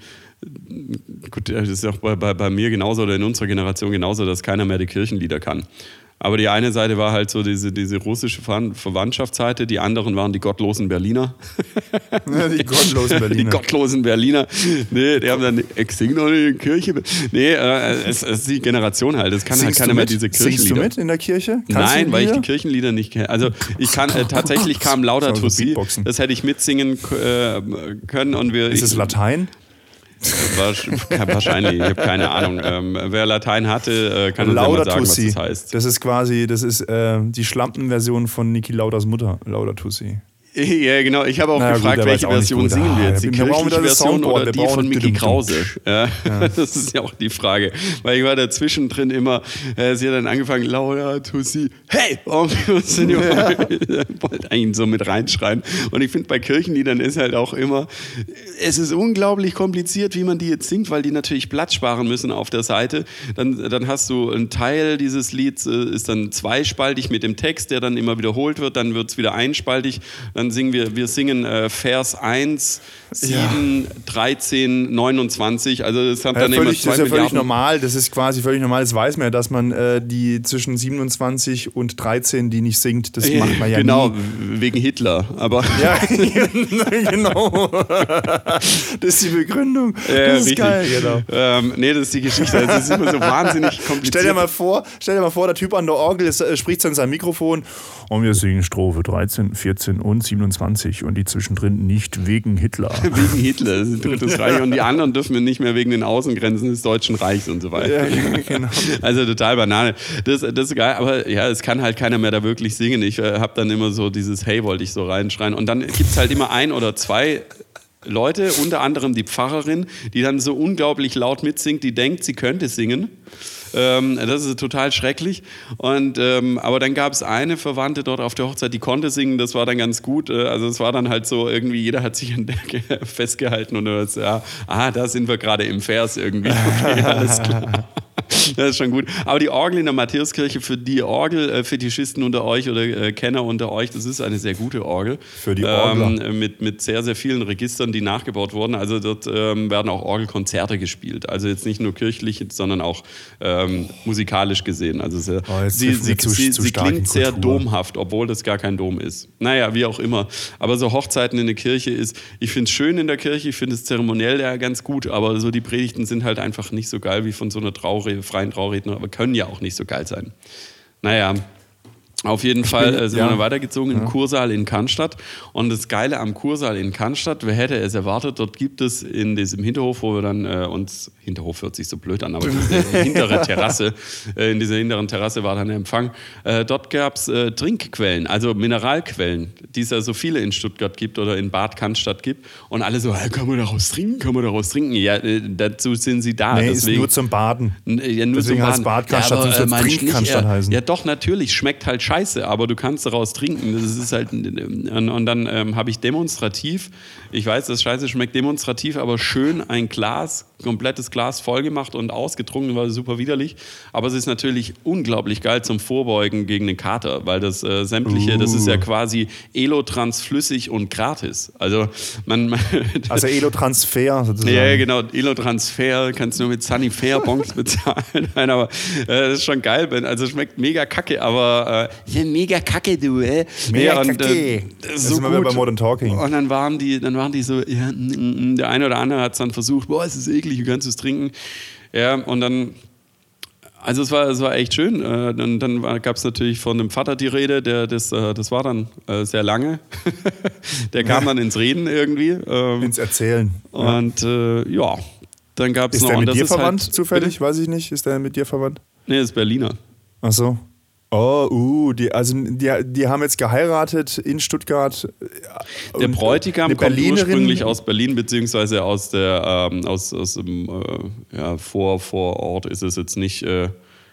gut, das ist auch bei, bei, bei mir genauso oder in unserer Generation genauso, dass keiner mehr die Kirchenlieder kann. Aber die eine Seite war halt so diese, diese russische Verwandtschaftsseite, die anderen waren die gottlosen Berliner. Ja, die gottlosen Berliner. Die gottlosen Berliner. Nee, die haben dann, ich sing noch in der Kirche. Nee, äh, es, es ist die Generation halt. Es kann Singst halt keiner mehr diese Kirchenlieder. Singst du mit in der Kirche? Kannst Nein, weil ich die Kirchenlieder nicht kenne. Also ich kann, äh, tatsächlich kam Laudato Si, das hätte ich mitsingen äh, können. Und wir, ist es Latein? Wahrscheinlich, ich habe keine Ahnung. Ähm, wer Latein hatte, äh, kann uns ja mal sagen, was das heißt. Das ist quasi, das ist äh, die Schlampenversion von Niki Lauders Mutter, Laudato Si. Ja, genau. Ich habe auch naja, gefragt, gut, welche Version singen ah, wir jetzt? Die kirchliche Version oder die von Micky Krause? Ja, ja. Das ist ja auch die Frage. Weil ich war da zwischendrin immer, äh, sie hat dann angefangen, Laudato Si, hey! Und wir sind ja. wollte eigentlich so mit reinschreien. Und ich finde, bei Kirchenliedern ist halt auch immer, es ist unglaublich kompliziert, wie man die jetzt singt, weil die natürlich Platz sparen müssen auf der Seite. Dann, dann hast du einen Teil dieses Lieds, äh, ist dann zweispaltig mit dem Text, der dann immer wiederholt wird, dann wird es wieder einspaltig. Dann singen wir, wir singen äh, Vers eins, sieben, ja. dreizehn, neunundzwanzig. Also das haben ja, dann völlig, immer zwei das ist ja völlig Milliarden. normal. Das ist quasi völlig normal. Das weiß man ja, dass man äh, die zwischen siebenundzwanzig und dreizehn, die nicht singt, das macht man ja genau, nie. Genau, wegen Hitler. Aber ja, genau. Das ist die Begründung. Ja, das ist richtig. geil, genau. Ähm, nee, das ist die Geschichte. Das ist immer so wahnsinnig kompliziert. Stell dir mal vor, stell dir mal vor, der Typ an der Orgel ist, äh, spricht so in sein Mikrofon und wir singen Strophe dreizehn, vierzehn und siebenundzwanzig und die zwischendrin nicht wegen Hitler. Wegen Hitler, das ist Drittes Reich. Und die anderen dürfen wir nicht mehr wegen den Außengrenzen des Deutschen Reichs und so weiter. Ja, genau. Also total Banane. Das, das ist geil, aber ja, es kann halt keiner mehr da wirklich singen. Ich äh, habe dann immer so dieses Hey, wollte ich so reinschreien. Und dann gibt es halt immer ein oder zwei Leute, unter anderem die Pfarrerin, die dann so unglaublich laut mitsingt, die denkt, sie könnte singen. Ähm, das ist total schrecklich. Und, ähm, aber dann gab es eine Verwandte dort auf der Hochzeit, die konnte singen, das war dann ganz gut. Also es war dann halt so, irgendwie jeder hat sich an der festgehalten und dann so, ja, ah, da sind wir gerade im Vers irgendwie. Okay, alles klar. Das ist schon gut. Aber die Orgel in der Matthäuskirche, für die Orgel-Fetischisten unter euch oder äh, Kenner unter euch, das ist eine sehr gute Orgel. Für die Orgel. Ähm, mit, mit sehr, sehr vielen Registern, die nachgebaut wurden. Also dort ähm, werden auch Orgelkonzerte gespielt. Also jetzt nicht nur kirchlich, sondern auch ähm, musikalisch gesehen. Also sehr, oh, sie sie, zu, sie, zu sie klingt sehr Kultur. domhaft, obwohl das gar kein Dom ist. Naja, wie auch immer. Aber so Hochzeiten in der Kirche ist, ich finde es schön in der Kirche, ich finde es zeremoniell ja ganz gut, aber so die Predigten sind halt einfach nicht so geil wie von so einer Traure, freien Trauredner, aber können ja auch nicht so geil sein. Naja, Auf jeden Fall äh, sind ja. wir dann weitergezogen in den Ja. Kursaal in Cannstatt. Und das Geile am Kursaal in Cannstatt, wer hätte es erwartet, dort gibt es in diesem Hinterhof, wo wir dann äh, uns, Hinterhof hört sich so blöd an, aber diese hintere Terrasse, äh, in dieser hinteren Terrasse war dann der Empfang. Äh, dort gab es äh, Trinkquellen, also Mineralquellen, die es ja so viele in Stuttgart gibt oder in Bad Cannstatt gibt. Und alle so, hey, kann man daraus trinken, kann man daraus trinken? Ja, äh, dazu sind sie da. Nee, Deswegen, ist nur zum Baden. Ja, nur Deswegen zum heißt Baden. Bad Cannstatt, ja, sonst aber, wird's äh, Trink-Cannstatt äh, heißen. Ja doch, natürlich, schmeckt halt scheiße, aber du kannst daraus trinken. Das ist halt, und, und dann ähm, habe ich demonstrativ, ich weiß, das Scheiße schmeckt demonstrativ, aber schön ein Glas, komplettes Glas voll gemacht und ausgetrunken, war super widerlich. Aber es ist natürlich unglaublich geil zum Vorbeugen gegen den Kater, weil das äh, sämtliche, uh. das ist ja quasi Elotrans flüssig und gratis. Also man, man also Elotransfer sozusagen. Ja, genau, Elotransfer kannst du nur mit Sunnyfair-Bons bezahlen. Nein, aber äh, das ist schon geil, Ben. Also schmeckt mega kacke, aber äh, ja, mega kacke, du, ey. Mega ja, und, kacke. Äh, das so sind wir gut. bei Modern Talking. Und dann waren die, dann waren die so, ja, n, n, der eine oder andere hat es dann versucht, boah, es ist eklig, wie kannst du es trinken? Ja, und dann, also es war, es war echt schön. Äh, und dann gab es natürlich von dem Vater die Rede, der, das, äh, das war dann äh, sehr lange. Der kam dann ins Reden irgendwie. Ähm, ins Erzählen. Und äh, ja, dann gab es ist noch... der mit und dir das ist verwandt, halt, zufällig? Bitte? Weiß ich nicht. Ist der mit dir verwandt? Nee, das ist Berliner. Ach so. Oh, uh, die, also die, die haben jetzt geheiratet in Stuttgart. Der Bräutigam eine kommt Berlinerin, ursprünglich aus Berlin, beziehungsweise aus der ähm, aus, aus dem äh, ja, Vor, Vorort ist es jetzt nicht äh,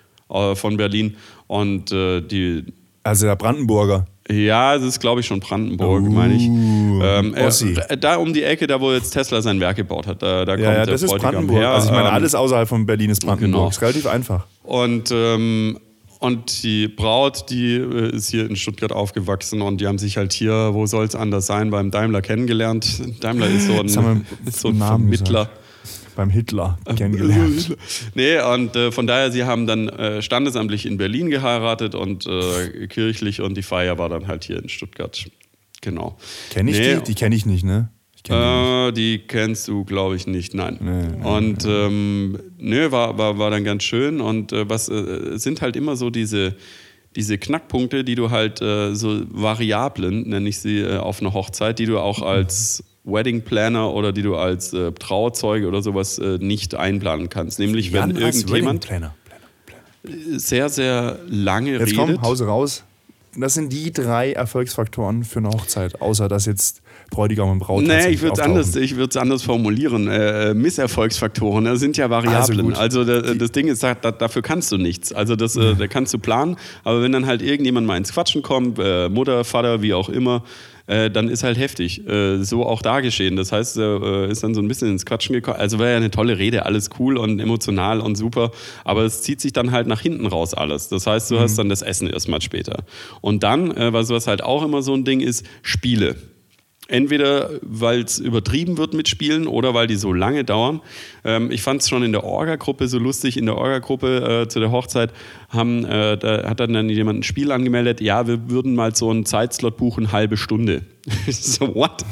von Berlin. Und äh, die... Also der Brandenburger. Ja, es ist, glaube ich, schon Brandenburg, uh, meine ich. Ähm, äh, da um die Ecke, da wo jetzt Tesla sein Werk gebaut hat, da, da kommt ja, ja, der das ist Bräutigam Brandenburg. her. Also ich meine, Ähm, alles außerhalb von Berlin ist Brandenburg. Genau. Ist relativ einfach. Und, ähm, und die Braut, die äh, ist hier in Stuttgart aufgewachsen und die haben sich halt hier, wo soll es anders sein, beim Daimler kennengelernt. Daimler ist so ein, ist so ein Vermittler. Gesagt. Beim Hitler kennengelernt. Nee, und äh, von daher, sie haben dann äh, standesamtlich in Berlin geheiratet und äh, kirchlich und die Feier war dann halt hier in Stuttgart. Genau. Kenn ich nee, die? Die kenne ich nicht, ne? Ich kenn äh, die, die kennst du, glaube ich, nicht, nein. Nee, nee, und ähm, nö, war, war, war dann ganz schön und äh, was äh, sind halt immer so diese, diese Knackpunkte, die du halt, äh, so Variablen, nenne ich sie, äh, auf einer Hochzeit, die du auch als Wedding Planner oder die du als äh, Trauzeuge oder sowas äh, nicht einplanen kannst. Nämlich, Jan wenn als irgendjemand Planner. Planner, Planner. sehr, sehr lange jetzt redet. komm, Hause raus. Das sind die drei Erfolgsfaktoren für eine Hochzeit, außer dass jetzt Bräutigam und Braut. Nee, ich würde es anders, ich würd's anders formulieren. Äh, Misserfolgsfaktoren, das sind ja Variablen. Also, also da, das Ding ist, da, dafür kannst du nichts. Also das, äh, da kannst du planen, aber wenn dann halt irgendjemand mal ins Quatschen kommt, äh, Mutter, Vater, wie auch immer, äh, dann ist halt heftig. Äh, so auch da geschehen. Das heißt, äh, ist dann so ein bisschen ins Quatschen gekommen. Also war ja eine tolle Rede, alles cool und emotional und super, aber es zieht sich dann halt nach hinten raus alles. Das heißt, du mhm. hast dann das Essen erstmal später. Und dann, äh, was, was halt auch immer so ein Ding ist, Spiele. Entweder, weil es übertrieben wird mit Spielen oder weil die so lange dauern. Ähm, ich fand es schon in der Orga-Gruppe so lustig. In der Orga-Gruppe äh, zu der Hochzeit haben, äh, da hat dann jemand ein Spiel angemeldet. Ja, wir würden mal so einen Zeitslot buchen, halbe Stunde. So, what?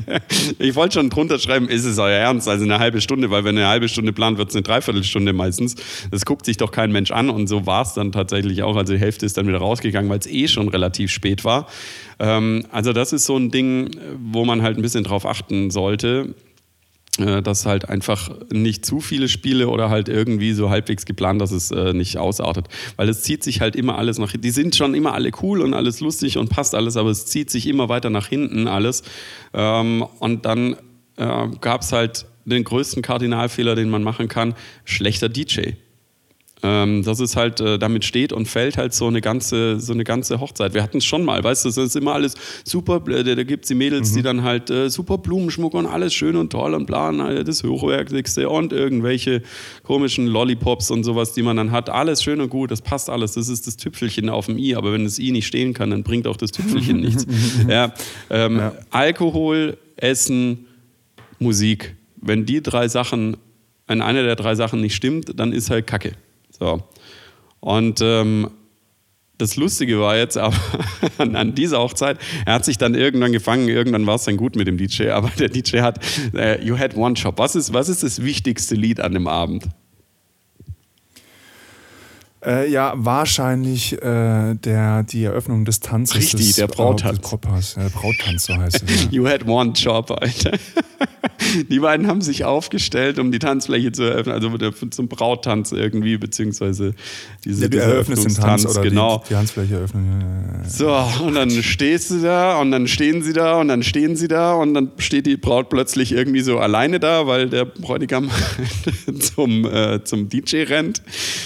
Ich wollte schon drunter schreiben, ist es euer Ernst? Also eine halbe Stunde, weil wenn eine halbe Stunde plant, wird es eine Dreiviertelstunde meistens. Das guckt sich doch kein Mensch an und so war es dann tatsächlich auch. Also die Hälfte ist dann wieder rausgegangen, weil es eh schon relativ spät war. Ähm, also das ist so ein Ding, wo man halt ein bisschen drauf achten sollte, äh, dass halt einfach nicht zu viele Spiele oder halt irgendwie so halbwegs geplant, dass es äh, nicht ausartet. Weil es zieht sich halt immer alles nach hinten. Die sind schon immer alle cool und alles lustig und passt alles, aber es zieht sich immer weiter nach hinten alles. Ähm, und dann äh, gab es halt den größten Kardinalfehler, den man machen kann, schlechter D J. Ähm, das ist halt, äh, damit steht und fällt halt so eine ganze, so eine ganze Hochzeit. Wir hatten es schon mal, weißt du, das ist immer alles super, äh, da gibt es die Mädels, mhm. die dann halt äh, super Blumenschmuck und alles schön und toll und bla, äh, das Hochwertigste und irgendwelche komischen Lollipops und sowas, die man dann hat. Alles schön und gut, das passt alles, das ist das Tüpfelchen auf dem I, aber wenn das I nicht stehen kann, dann bringt auch das Tüpfelchen nichts. Ja, ähm, ja. Alkohol, Essen, Musik. Wenn die drei Sachen, wenn eine der drei Sachen nicht stimmt, dann ist halt Kacke. So. Und ähm, das Lustige war jetzt aber an, an dieser Hochzeit, er hat sich dann irgendwann gefangen, irgendwann war es dann gut mit dem D J, aber der D J hat äh, You Had One Job. Was ist, was ist das wichtigste Lied an dem Abend? Äh, ja, wahrscheinlich äh, der, die Eröffnung des Tanzes. Richtig, des, der Brauttanz. Des Brautpaars, ja, Brauttanz, so heißt es. Ja. You had one job, Alter. Die beiden haben sich aufgestellt, um die Tanzfläche zu eröffnen, also zum Brauttanz irgendwie, beziehungsweise diese, ja, du eröffnest den Tanz oder genau. die, die Tanzfläche öffnen. Ja, ja, ja. So, und dann stehst du da und dann stehen sie da und dann stehen sie da und dann steht die Braut plötzlich irgendwie so alleine da, weil der Bräutigam zum, äh, zum D J rennt.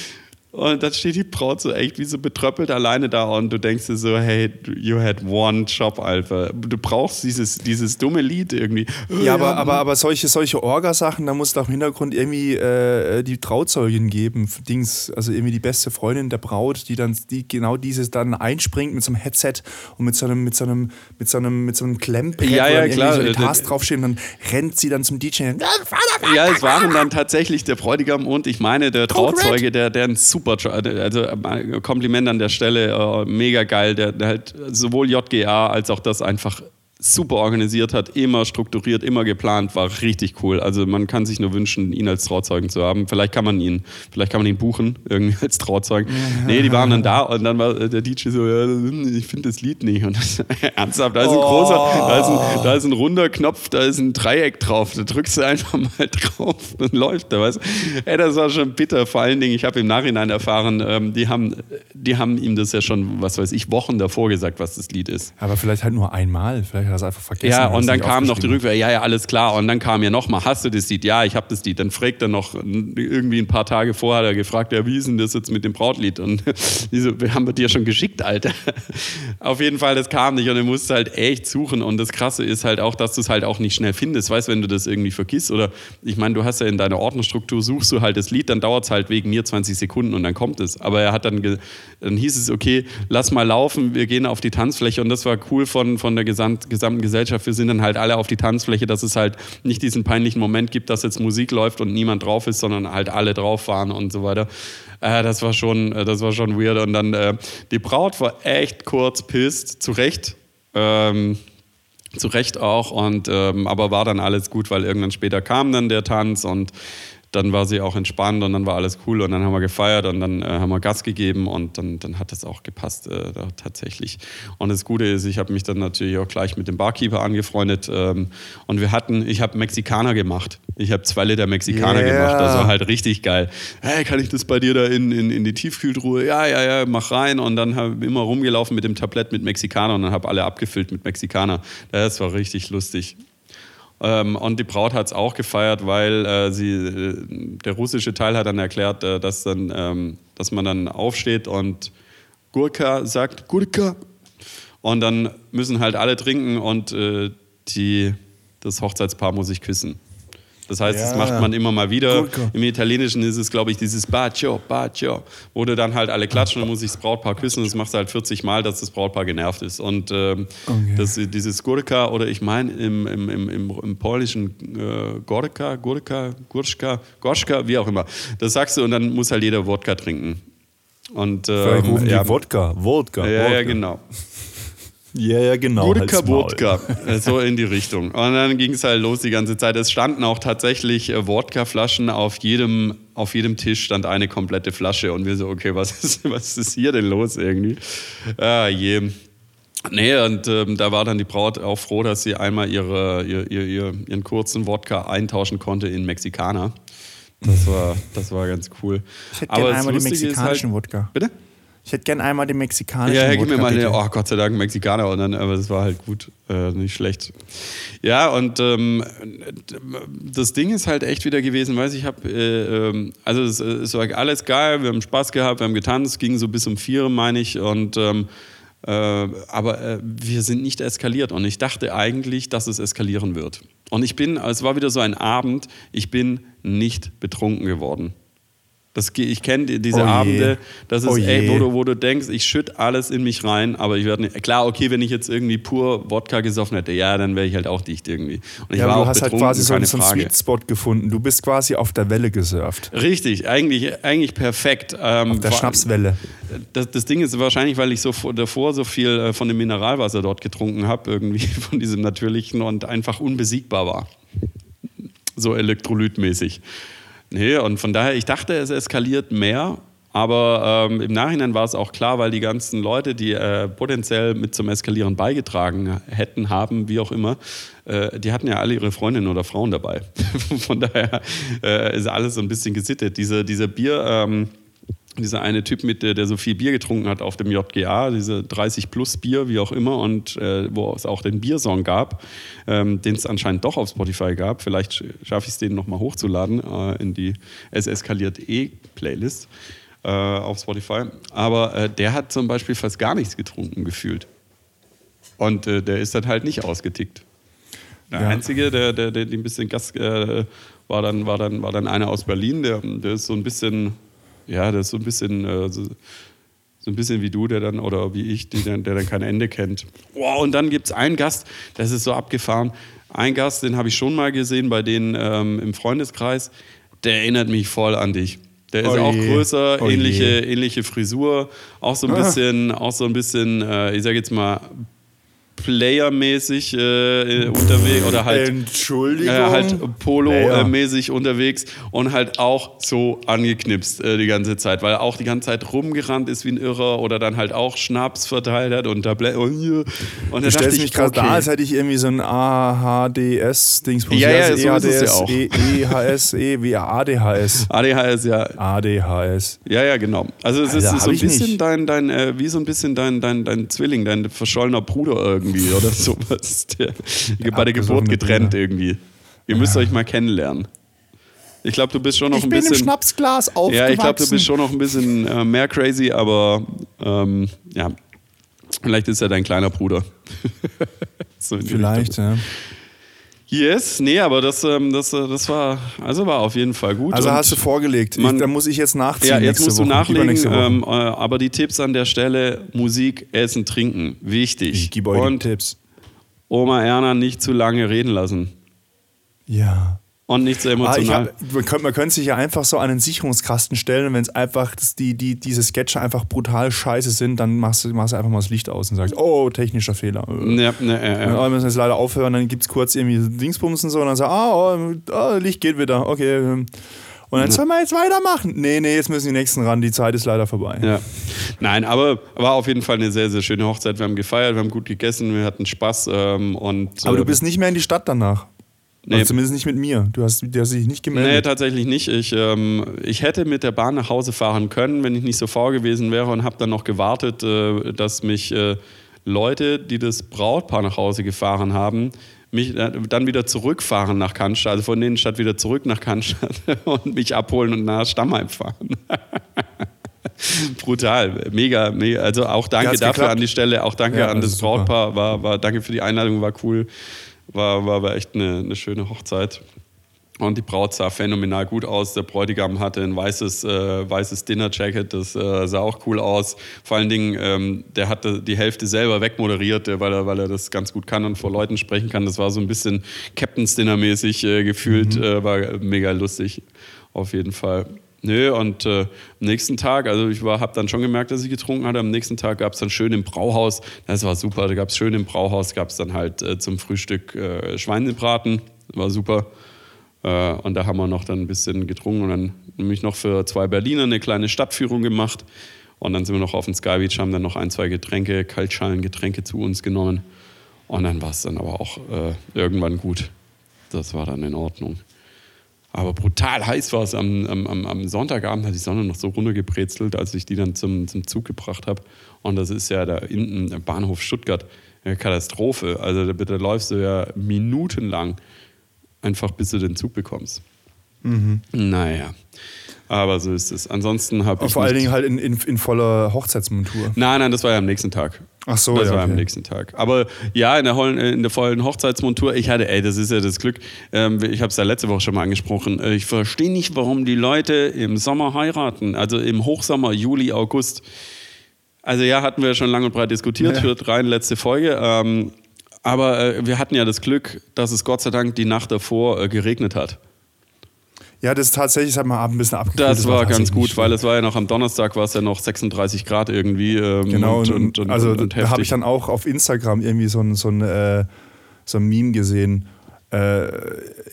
Und dann steht die Braut so echt wie so betröppelt alleine da und du denkst dir so, hey, you had one job, Alter. Du brauchst dieses, dieses dumme Lied irgendwie. Ja, aber, aber, aber solche, solche Orgasachen, da muss es auch im Hintergrund irgendwie äh, die Trauzeugin geben, Dings, also irgendwie die beste Freundin der Braut, die dann die genau dieses dann einspringt mit so einem Headset und mit so einem, mit so einem, mit so einem, mit so einem Klemmpad, ja, ja, wo dann klar. irgendwie so die Tasten draufstehen und dann rennt sie dann zum D J. Ja, es waren dann tatsächlich der Bräutigam und ich meine der Trauzeuge, der, der ein super, also Kompliment an der Stelle, mega geil, der, der halt sowohl J G A als auch das einfach super organisiert hat, immer strukturiert, immer geplant, war richtig cool. Also man kann sich nur wünschen, ihn als Trauzeugen zu haben. Vielleicht kann man ihn, vielleicht kann man ihn buchen, irgendwie als Trauzeugen. Nee, die waren dann da und dann war der D J so, ja, ich finde das Lied nicht. Und das, ernsthaft, da ist ein großer, da ist ein, da ist ein runder Knopf, da ist ein Dreieck drauf, da drückst du einfach mal drauf und läuft da, weißt du. Ey, das war schon bitter. Vor allen Dingen, ich habe im Nachhinein erfahren, ähm, die haben, die haben ihm das ja schon, was weiß ich, Wochen davor gesagt, was das Lied ist. Aber vielleicht halt nur einmal, vielleicht hat er es einfach vergessen. Ja, und dann kam noch die Rückwehr, ja, ja, alles klar. Und dann kam ja nochmal, hast du das Lied? Ja, ich habe das Lied. Dann fragt er noch, irgendwie ein paar Tage vorher hat er gefragt, ja, wie ist denn das jetzt mit dem Brautlied? Und die so, wir haben wir dir schon geschickt, Alter. Auf jeden Fall, das kam nicht und du musst halt echt suchen. Und das Krasse ist halt auch, dass du es halt auch nicht schnell findest. Weißt du, wenn du das irgendwie vergisst oder, ich meine, du hast ja in deiner Ordnerstruktur, suchst du halt das Lied, dann dauert es halt wegen mir zwanzig Sekunden und dann kommt es. Aber er hat dann, ge- dann hieß es, okay, lass mal laufen, wir gehen auf die Tanzfläche und das war cool von, von der gesamt, gesamten Gesellschaft. Wir sind dann halt alle auf die Tanzfläche, dass es halt nicht diesen peinlichen Moment gibt, dass jetzt Musik läuft und niemand drauf ist, sondern halt alle drauf waren und so weiter. Äh, das war schon, das war schon weird. Und dann äh, die Braut war echt kurz pisst, zu Recht. Ähm, zu Recht auch. Und, ähm, aber war dann alles gut, weil irgendwann später kam dann der Tanz und dann war sie auch entspannt und dann war alles cool und dann haben wir gefeiert und dann äh, haben wir Gas gegeben und dann, dann hat das auch gepasst äh, da, tatsächlich. Und das Gute ist, ich habe mich dann natürlich auch gleich mit dem Barkeeper angefreundet ähm, und wir hatten, ich habe Mexikaner gemacht. Ich habe zwei Liter Mexikaner yeah. gemacht, das war halt richtig geil. Hey, kann ich das bei dir da in, in, in die Tiefkühltruhe? Ja, ja, ja, mach rein und dann habe ich immer rumgelaufen mit dem Tablett mit Mexikaner und dann habe alle abgefüllt mit Mexikaner. Das war richtig lustig. Ähm, und die Braut hat es auch gefeiert, weil äh, sie, äh, der russische Teil hat dann erklärt, äh, dass, dann, ähm, dass man dann aufsteht und Gurka sagt, Gurka. Und dann müssen halt alle trinken und äh, die, das Hochzeitspaar muss sich küssen. Das heißt, ja, das macht man immer mal wieder. Gurka. Im Italienischen ist es, glaube ich, dieses Bacio, Bacio, wo du dann halt alle klatschen und dann muss sich das Brautpaar küssen. Das machst du halt vierzig Mal, dass das Brautpaar genervt ist. Und ähm, okay. das, dieses Gurka, oder ich meine im, im, im, im, im polnischen äh, Gorka, Gurka, Gurschka, Goschka, wie auch immer. Das sagst du und dann muss halt jeder Wodka trinken. Und, ähm, Vielleicht rufen ja, die Wodka, Wodka, ja, Wodka. Ja, genau. Ja, ja, genau. Wodka, Wodka. So in die Richtung. Und dann ging es halt los die ganze Zeit. Es standen auch tatsächlich Wodka-Flaschen auf jedem, auf jedem Tisch stand eine komplette Flasche. Und wir so, okay, was ist, was ist hier denn los irgendwie? Ah, je. Nee, und ähm, da war dann die Braut auch froh, dass sie einmal ihre, ihr, ihr, ihr, ihren kurzen Wodka eintauschen konnte in Mexikaner. Das war, das war ganz cool. Ich hätte gerne einmal den mexikanischen halt, Wodka. Bitte? Ich hätte gerne einmal den mexikanischen Ja, Wodka. gib mir mal eine, oh Gott sei Dank, Mexikaner. Und dann, aber das war halt gut, äh, nicht schlecht. Ja, und ähm, das Ding ist halt echt wieder gewesen, weiß ich, habe, äh, also es, es war alles geil, wir haben Spaß gehabt, wir haben getanzt, ging so bis um vier, meine ich, und ähm, äh, aber äh, wir sind nicht eskaliert und ich dachte eigentlich, dass es eskalieren wird. Und ich bin, es war wieder so ein Abend, ich bin nicht betrunken geworden. Das, ich kenne diese oh Abende, das ist, oh ey, wo, du, wo du denkst, ich schütte alles in mich rein, aber ich werde nicht. Klar, okay, wenn ich jetzt irgendwie pur Wodka gesoffen hätte, ja, dann wäre ich halt auch dicht irgendwie. Und ich ja, war aber auch du hast halt quasi so, so einen Sweet Spot gefunden. Du bist quasi auf der Welle gesurft. Richtig, eigentlich, eigentlich perfekt. Ähm, auf der war, Schnapswelle. Das, das Ding ist wahrscheinlich, weil ich so davor so viel von dem Mineralwasser dort getrunken habe, irgendwie von diesem natürlichen und einfach unbesiegbar war. So elektrolytmäßig. Nee, und von daher, ich dachte, es eskaliert mehr, Aber ähm, im Nachhinein war es auch klar, weil die ganzen Leute, die äh, potenziell mit zum Eskalieren beigetragen hätten, haben, wie auch immer, äh, die hatten ja alle ihre Freundinnen oder Frauen dabei. Von daher äh, ist alles so ein bisschen gesittet. Diese, dieser Bier, ähm, dieser eine Typ, mit der, der so viel Bier getrunken hat auf dem J G A, diese dreißig plus Bier, wie auch immer, und äh, wo es auch den Biersong gab, ähm, den es anscheinend doch auf Spotify gab. Vielleicht schaffe ich es, den nochmal hochzuladen äh, in die Es eskaliert eh Playlist. Auf Spotify, aber äh, der hat zum Beispiel fast gar nichts getrunken gefühlt. Und äh, der ist dann halt nicht ausgetickt. Der ja. Einzige, der, der, der, der ein bisschen Gas äh, war, dann, war, dann, war dann einer aus Berlin, der, der ist so ein bisschen, ja, der ist so ein bisschen, äh, so, so ein bisschen wie du, der dann, oder wie ich, die, der, der dann kein Ende kennt. Wow, und dann gibt es einen Gast, das ist so abgefahren. Ein Gast, den habe ich schon mal gesehen bei denen ähm, im Freundeskreis, der erinnert mich voll an dich. Der ist oh auch größer, oh ähnliche, ähnliche Frisur, auch so ein bisschen, ah. auch so ein bisschen, äh, ich sag jetzt mal, Player-mäßig äh, unterwegs oder halt, Entschuldigung. Äh, halt Polo-mäßig unterwegs und halt auch so angeknipst äh, die ganze Zeit, weil er auch die ganze Zeit rumgerannt ist wie ein Irrer oder dann halt auch Schnaps verteilt hat und Tabletten. Und, und du stellst mich gerade okay. da, als hätte ich irgendwie so ein A H D S-Dingsbums. Ja, ja, so ist es ja auch. E H S E wie A D H S. A D H S, ja. A D H S. Ja, ja, genau. Also es Alter, ist so ein bisschen nicht. dein, dein äh, wie so ein bisschen dein, dein, dein Zwilling, dein verschollener Bruder irgendwie. Oder sowas. Der, der bei der Geburt getrennt Bruder. Irgendwie. Ihr müsst ja. euch mal kennenlernen. Ich glaube, du bist schon noch ich ein bisschen. Ich bin im Schnapsglas aufgewachsen. Ja, ich glaube, du bist schon noch ein bisschen äh, mehr crazy, aber ähm, ja, vielleicht ist er dein kleiner Bruder. So vielleicht, ja. Yes, nee, aber das, ähm, das, das war, also war auf jeden Fall gut. Also hast du vorgelegt. Man, ich, da muss ich jetzt nachziehen. Ja, jetzt musst Woche, du nachlegen. Ähm, äh, aber die Tipps an der Stelle: Musik, Essen, Trinken, wichtig. Ich gebe euch und Tipps. Oma Erna nicht zu lange reden lassen. Ja. Und nicht so emotional. Ah, hab, man, könnte, man könnte sich ja einfach so an einen Sicherungskasten stellen und wenn es einfach, das, die, die, diese Sketche einfach brutal scheiße sind, dann machst du, machst du einfach mal das Licht aus und sagst, oh, technischer Fehler. Ja, ne, ja, ja. Aber wir müssen jetzt leider aufhören, dann gibt es kurz irgendwie Dingsbums und so und dann sagst du, ah, oh, oh, Licht geht wieder, okay. Und dann sollen wir jetzt weitermachen. Nee, nee, jetzt müssen die Nächsten ran, die Zeit ist leider vorbei. Ja. Nein, aber war auf jeden Fall eine sehr, sehr schöne Hochzeit. Wir haben gefeiert, wir haben gut gegessen, wir hatten Spaß. Ähm, und, aber äh, du bist nicht mehr in die Stadt danach. Nee. Also zumindest nicht mit mir. Du hast, du hast dich nicht gemeldet. Nee, tatsächlich nicht. Ich, ähm, ich hätte mit der Bahn nach Hause fahren können, wenn ich nicht so faul gewesen wäre und habe dann noch gewartet, äh, dass mich äh, Leute, die das Brautpaar nach Hause gefahren haben, mich äh, dann wieder zurückfahren nach Cannstatt, also von der Innenstadt wieder zurück nach Cannstatt und mich abholen und nach Stammheim fahren. Brutal, mega, mega. Also auch danke dafür geklappt? An die Stelle, auch danke ja, an das Brautpaar, war, war, danke für die Einladung, war cool. War, war, war echt eine, eine schöne Hochzeit. Und die Braut sah phänomenal gut aus. Der Bräutigam hatte ein weißes, äh, weißes Dinner-Jacket, das äh, sah auch cool aus. Vor allen Dingen, ähm, der hatte die Hälfte selber wegmoderiert, weil er, weil er das ganz gut kann und vor Leuten sprechen kann. Das war so ein bisschen Captain's Dinner-mäßig äh, gefühlt, mhm. äh, war mega lustig, auf jeden Fall. Nö, und äh, am nächsten Tag, also ich habe dann schon gemerkt, dass ich getrunken hatte. Am nächsten Tag gab es dann schön im Brauhaus, das war super, da gab es schön im Brauhaus, gab es dann halt äh, zum Frühstück äh, Schweinebraten, war super. Äh, und da haben wir noch dann ein bisschen getrunken und dann nämlich noch für zwei Berliner eine kleine Stadtführung gemacht. Und dann sind wir noch auf dem Sky Beach, haben dann noch ein, zwei Getränke, Kaltschalen-Getränke zu uns genommen. Und dann war es dann aber auch äh, irgendwann gut. Das war dann in Ordnung. Aber brutal heiß war es am, am, am Sonntagabend, hat die Sonne noch so runtergebrezelt, als ich die dann zum, zum Zug gebracht habe. Und das ist ja da hinten, der Bahnhof Stuttgart, eine Katastrophe. Also da, da läufst du ja minutenlang, einfach bis du den Zug bekommst. Mhm. Naja, aber so ist es. Ansonsten habe ich. Vor allen Dingen halt in, in, in voller Hochzeitsmontur. Nein, nein, das war ja am nächsten Tag. Ach so, das ja. war okay. am nächsten Tag. Aber ja, in der, vollen, in der vollen Hochzeitsmontur, ich hatte, ey, das ist ja das Glück, ähm, ich habe es ja letzte Woche schon mal angesprochen, ich verstehe nicht, warum die Leute im Sommer heiraten, also im Hochsommer, Juli, August. Also ja, hatten wir schon lange und breit diskutiert, ja. Hört rein, letzte Folge. Ähm, aber äh, wir hatten ja das Glück, dass es Gott sei Dank die Nacht davor äh, geregnet hat. Ja, das ist tatsächlich, das hat man ein bisschen abgekühlt. Das, das war, war ganz gut, weil es war ja noch am Donnerstag, war es ja noch sechsunddreißig Grad irgendwie. Ähm, genau, und, und, und, also und, und da habe ich dann auch auf Instagram irgendwie so ein, so ein, äh, so ein Meme gesehen. Äh,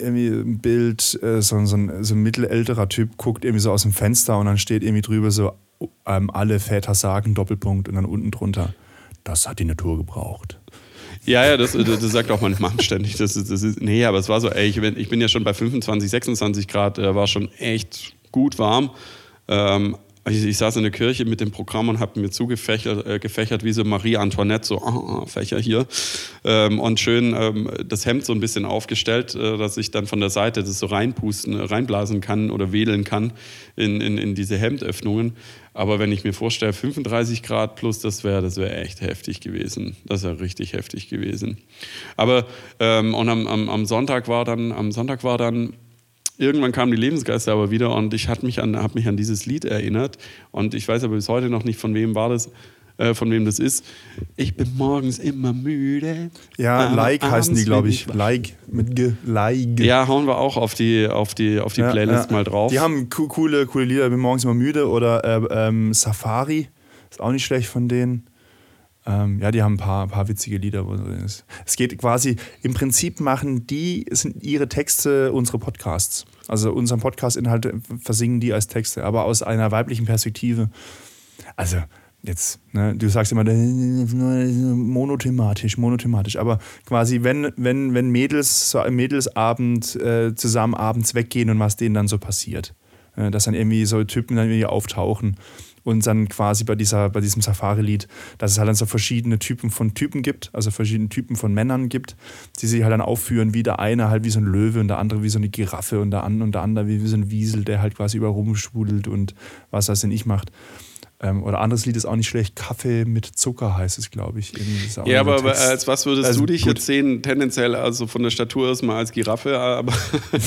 irgendwie ein Bild, äh, so, so, ein, so ein mittelälterer Typ guckt irgendwie so aus dem Fenster und dann steht irgendwie drüber so, ähm, alle Väter sagen Doppelpunkt und dann unten drunter, das hat die Natur gebraucht. Ja, ja, das, das sagt auch mein Mann ständig. Das ist, das ist, nee, aber es war so, ey, ich bin, ich bin ja schon bei fünfundzwanzig, sechsundzwanzig Grad, äh, war schon echt gut warm. Ähm, ich, ich saß in der Kirche mit dem Programm und habe mir zugefächert äh, gefächert wie so Marie Antoinette, so oh, Fächer hier. Ähm, und schön ähm, das Hemd so ein bisschen aufgestellt, äh, dass ich dann von der Seite das so reinpusten, reinblasen kann oder wedeln kann in, in, in diese Hemdöffnungen. Aber wenn ich mir vorstelle, fünfunddreißig Grad plus, das wäre das wär echt heftig gewesen. Das wäre richtig heftig gewesen. Aber ähm, und am, am, am Sonntag war dann, am Sonntag war dann, irgendwann kamen die Lebensgeister aber wieder und ich habe mich, hab mich an dieses Lied erinnert. Und ich weiß aber bis heute noch nicht, von wem war das, äh, von wem das ist. Ich bin morgens immer müde. Ja, Like heißen die, glaube ich. Like mit G. Like. Ja, hauen wir auch auf die, auf die, auf die ja, Playlist ja. mal drauf. Die haben co- coole, coole Lieder. Ich bin morgens immer müde. Oder äh, ähm, Safari. Ist auch nicht schlecht von denen. Ähm, ja, die haben ein paar, ein paar witzige Lieder. Wo es, es geht quasi, im Prinzip machen die, sind ihre Texte unsere Podcasts. Also unseren Podcast-Inhalt versingen die als Texte, aber aus einer weiblichen Perspektive. Also jetzt, ne, du sagst immer monothematisch, monothematisch, aber quasi, wenn, wenn, wenn Mädels so am Mädelsabend äh, zusammen abends weggehen und was denen dann so passiert. Äh, dass dann irgendwie so Typen dann irgendwie auftauchen. Und dann quasi bei, dieser, bei diesem Safari-Lied, dass es halt dann so verschiedene Typen von Typen gibt, also verschiedene Typen von Männern gibt, die sich halt dann aufführen, wie der eine halt wie so ein Löwe und der andere wie so eine Giraffe und der, und der andere wie, wie so ein Wiesel, der halt quasi überall rumschwudelt und was das denn nicht macht. Ähm, oder anderes Lied ist auch nicht schlecht, Kaffee mit Zucker heißt es, glaube ich. Ja, aber, aber als was würdest also, du dich gut. jetzt sehen? Tendenziell, also von der Statur erstmal als Giraffe, aber...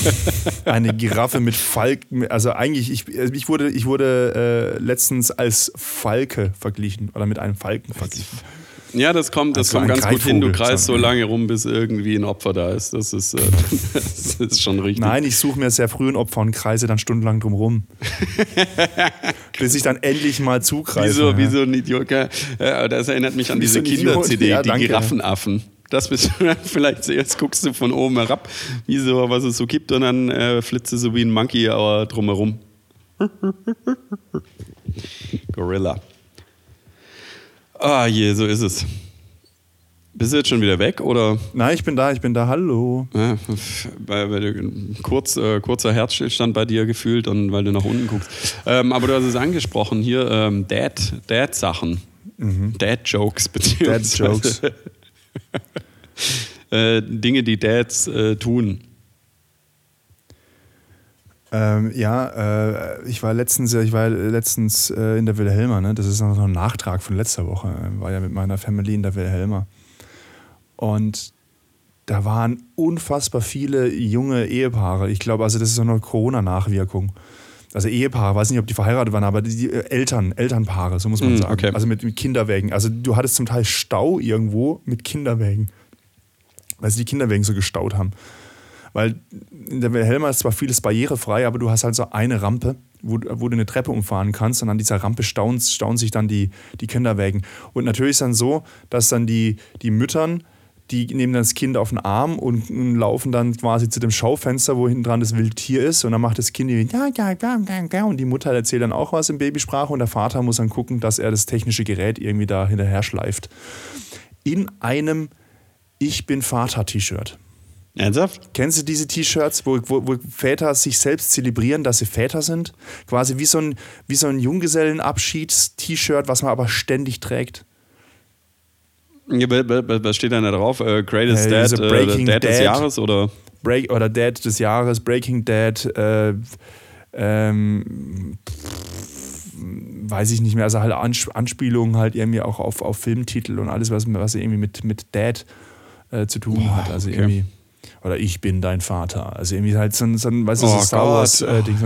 Eine Giraffe mit Falken, also eigentlich, ich, ich wurde, ich wurde äh, letztens als Falke verglichen oder mit einem Falken verglichen. Ja, das kommt, das also kommt ganz gut hin. Du kreist so lange rum, bis irgendwie ein Opfer da ist. Das ist, äh, das ist schon richtig. Nein, ich suche mir sehr früh ein Opfer und kreise dann stundenlang drum rum. Bis ich dann endlich mal zugreife. Wie so, ja. wie so ein Idiot. Ja, das erinnert mich an wie diese so Kinder-C D, ja, die Giraffenaffen. Das bist du dann vielleicht zuerst, guckst du von oben herab, wie so, was es so gibt, und dann äh, flitzt du so wie ein Monkey aber drumherum. Gorilla. Ah je, so ist es. Bist du jetzt schon wieder weg, oder? Nein, ich bin da, ich bin da, hallo. Ja, weil, weil du, kurz, äh, kurzer Herzstillstand bei dir gefühlt und weil du nach unten guckst. Ähm, aber du hast es angesprochen, hier ähm, Dad, Dad-Sachen. Mhm. Dad-Jokes, beziehungsweise Dad-Jokes. äh, Dinge, die Dads äh, tun. Ähm, ja, äh, ich war letztens, ich war letztens äh, in der Wilhelma, ne? Das ist noch ein Nachtrag von letzter Woche. Ich war ja mit meiner Family in der Wilhelma. Und da waren unfassbar viele junge Ehepaare. Ich glaube, also das ist so eine Corona-Nachwirkung. Also Ehepaare, weiß nicht, ob die verheiratet waren, aber die Eltern, Elternpaare, so muss man mm, sagen. Okay. Also mit, mit Kinderwägen. Also du hattest zum Teil Stau irgendwo mit Kinderwägen. Weil sie die Kinderwägen so gestaut haben. Weil in der Wilhelma ist zwar vieles barrierefrei, aber du hast halt so eine Rampe, wo, wo du eine Treppe umfahren kannst und an dieser Rampe stauen, stauen sich dann die, die Kinderwägen. Und natürlich ist dann so, dass dann die, die Müttern, die nehmen dann das Kind auf den Arm und, und laufen dann quasi zu dem Schaufenster, wo hinten dran das Wildtier ist, und dann macht das Kind die, ja, ja, ja, ja, und die Mutter erzählt dann auch was in Babysprache und der Vater muss dann gucken, dass er das technische Gerät irgendwie da hinterher schleift. In einem Ich bin Vater-T-Shirt. Ernsthaft? Kennst du diese T-Shirts, wo, wo, wo Väter sich selbst zelebrieren, dass sie Väter sind? Quasi wie so ein, wie so ein Junggesellenabschieds-T-Shirt, was man aber ständig trägt. Ja, was steht denn da drauf? Uh, greatest äh, Dad, uh, Dad, Dad des Jahres? Oder? Break, oder Dad des Jahres, Breaking Dad, äh, ähm, pff, weiß ich nicht mehr, also halt Anspielungen halt irgendwie auch auf, auf Filmtitel und alles, was, was irgendwie mit, mit Dad äh, zu tun Boah, hat. Also okay. irgendwie. Oder ich bin dein Vater. Also irgendwie halt so ein, so ein weißt du, oh, so Star Wars äh, Ding.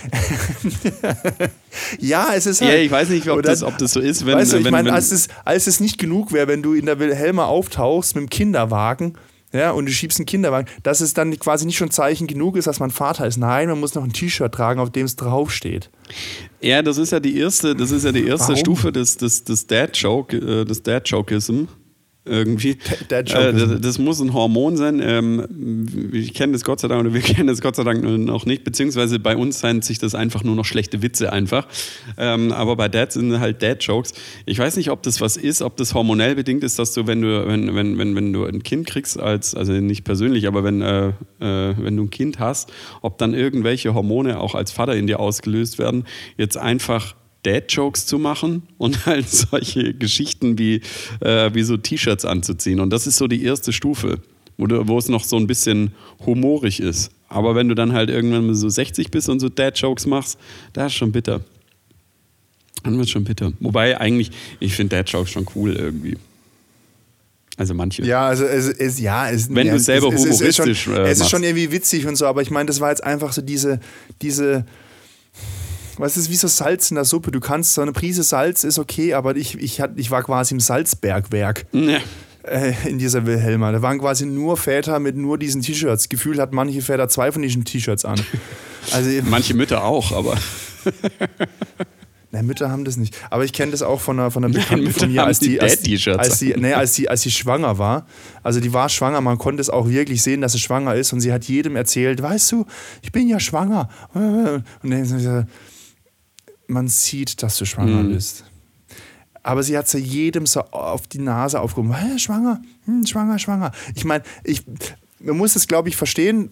Ja, es ist halt. Ja, ich weiß nicht, ob, das, ob das so ist, wenn. Weißt du, ich wenn, meine, wenn, als es, als es nicht genug wäre, wenn du in der Wilhelma auftauchst mit dem Kinderwagen, ja, und du schiebst einen Kinderwagen, dass es dann quasi nicht schon Zeichen genug ist, dass man Vater ist. Nein, man muss noch ein T-Shirt tragen, auf dem es draufsteht. Ja, das ist ja die erste, das ist ja die erste Stufe des, des, des Dad-Joke, des Dad-Jokeism. irgendwie. Äh, das, das muss ein Hormon sein. Ähm, ich kenne das Gott sei Dank, oder wir kennen das Gott sei Dank noch nicht, beziehungsweise bei uns nennt sich das einfach nur noch schlechte Witze einfach. Ähm, aber bei Dads sind halt Dad-Jokes. Ich weiß nicht, ob das was ist, ob das hormonell bedingt ist, dass du, wenn du, wenn, wenn, wenn, wenn du ein Kind kriegst, als, also nicht persönlich, aber wenn, äh, äh, wenn du ein Kind hast, ob dann irgendwelche Hormone auch als Vater in dir ausgelöst werden, jetzt einfach Dad-Jokes zu machen und halt solche Geschichten wie, äh, wie so T-Shirts anzuziehen. Und das ist so die erste Stufe, wo, du, wo es noch so ein bisschen humorig ist. Aber wenn du dann halt irgendwann so sechzig bist und so Dad-Jokes machst, da ist schon bitter. Dann wird schon bitter. Wobei eigentlich, ich finde Dad-Jokes schon cool irgendwie. Also manche. Ja, also es ist, ja, es, wenn ja, du es selber es, es, humoristisch ist schon, äh, es ist schon irgendwie witzig und so, aber ich meine, das war jetzt einfach so diese, diese was ist wie so Salz in der Suppe. Du kannst, so eine Prise Salz ist okay, aber ich, ich, hat, ich war quasi im Salzbergwerk ja. äh, in dieser Wilhelma. Da waren quasi nur Väter mit nur diesen T-Shirts. Gefühlt hat manche Väter zwei von diesen T-Shirts an. Also, manche Mütter auch, aber... Nein, Mütter haben das nicht. Aber ich kenne das auch von einer, von einer Bekannten Nein, von mir, als die, als, die, als, die, nee, als, die, als die schwanger war. Also die war schwanger, man konnte es auch wirklich sehen, dass sie schwanger ist. Und sie hat jedem erzählt, weißt du, ich bin ja schwanger. Und dann man sieht, dass du schwanger mhm. bist. Aber sie hat es ja jedem so auf die Nase aufgehoben. Hey, schwanger, hm, schwanger, schwanger. Ich meine, ich, man muss das, glaube ich, verstehen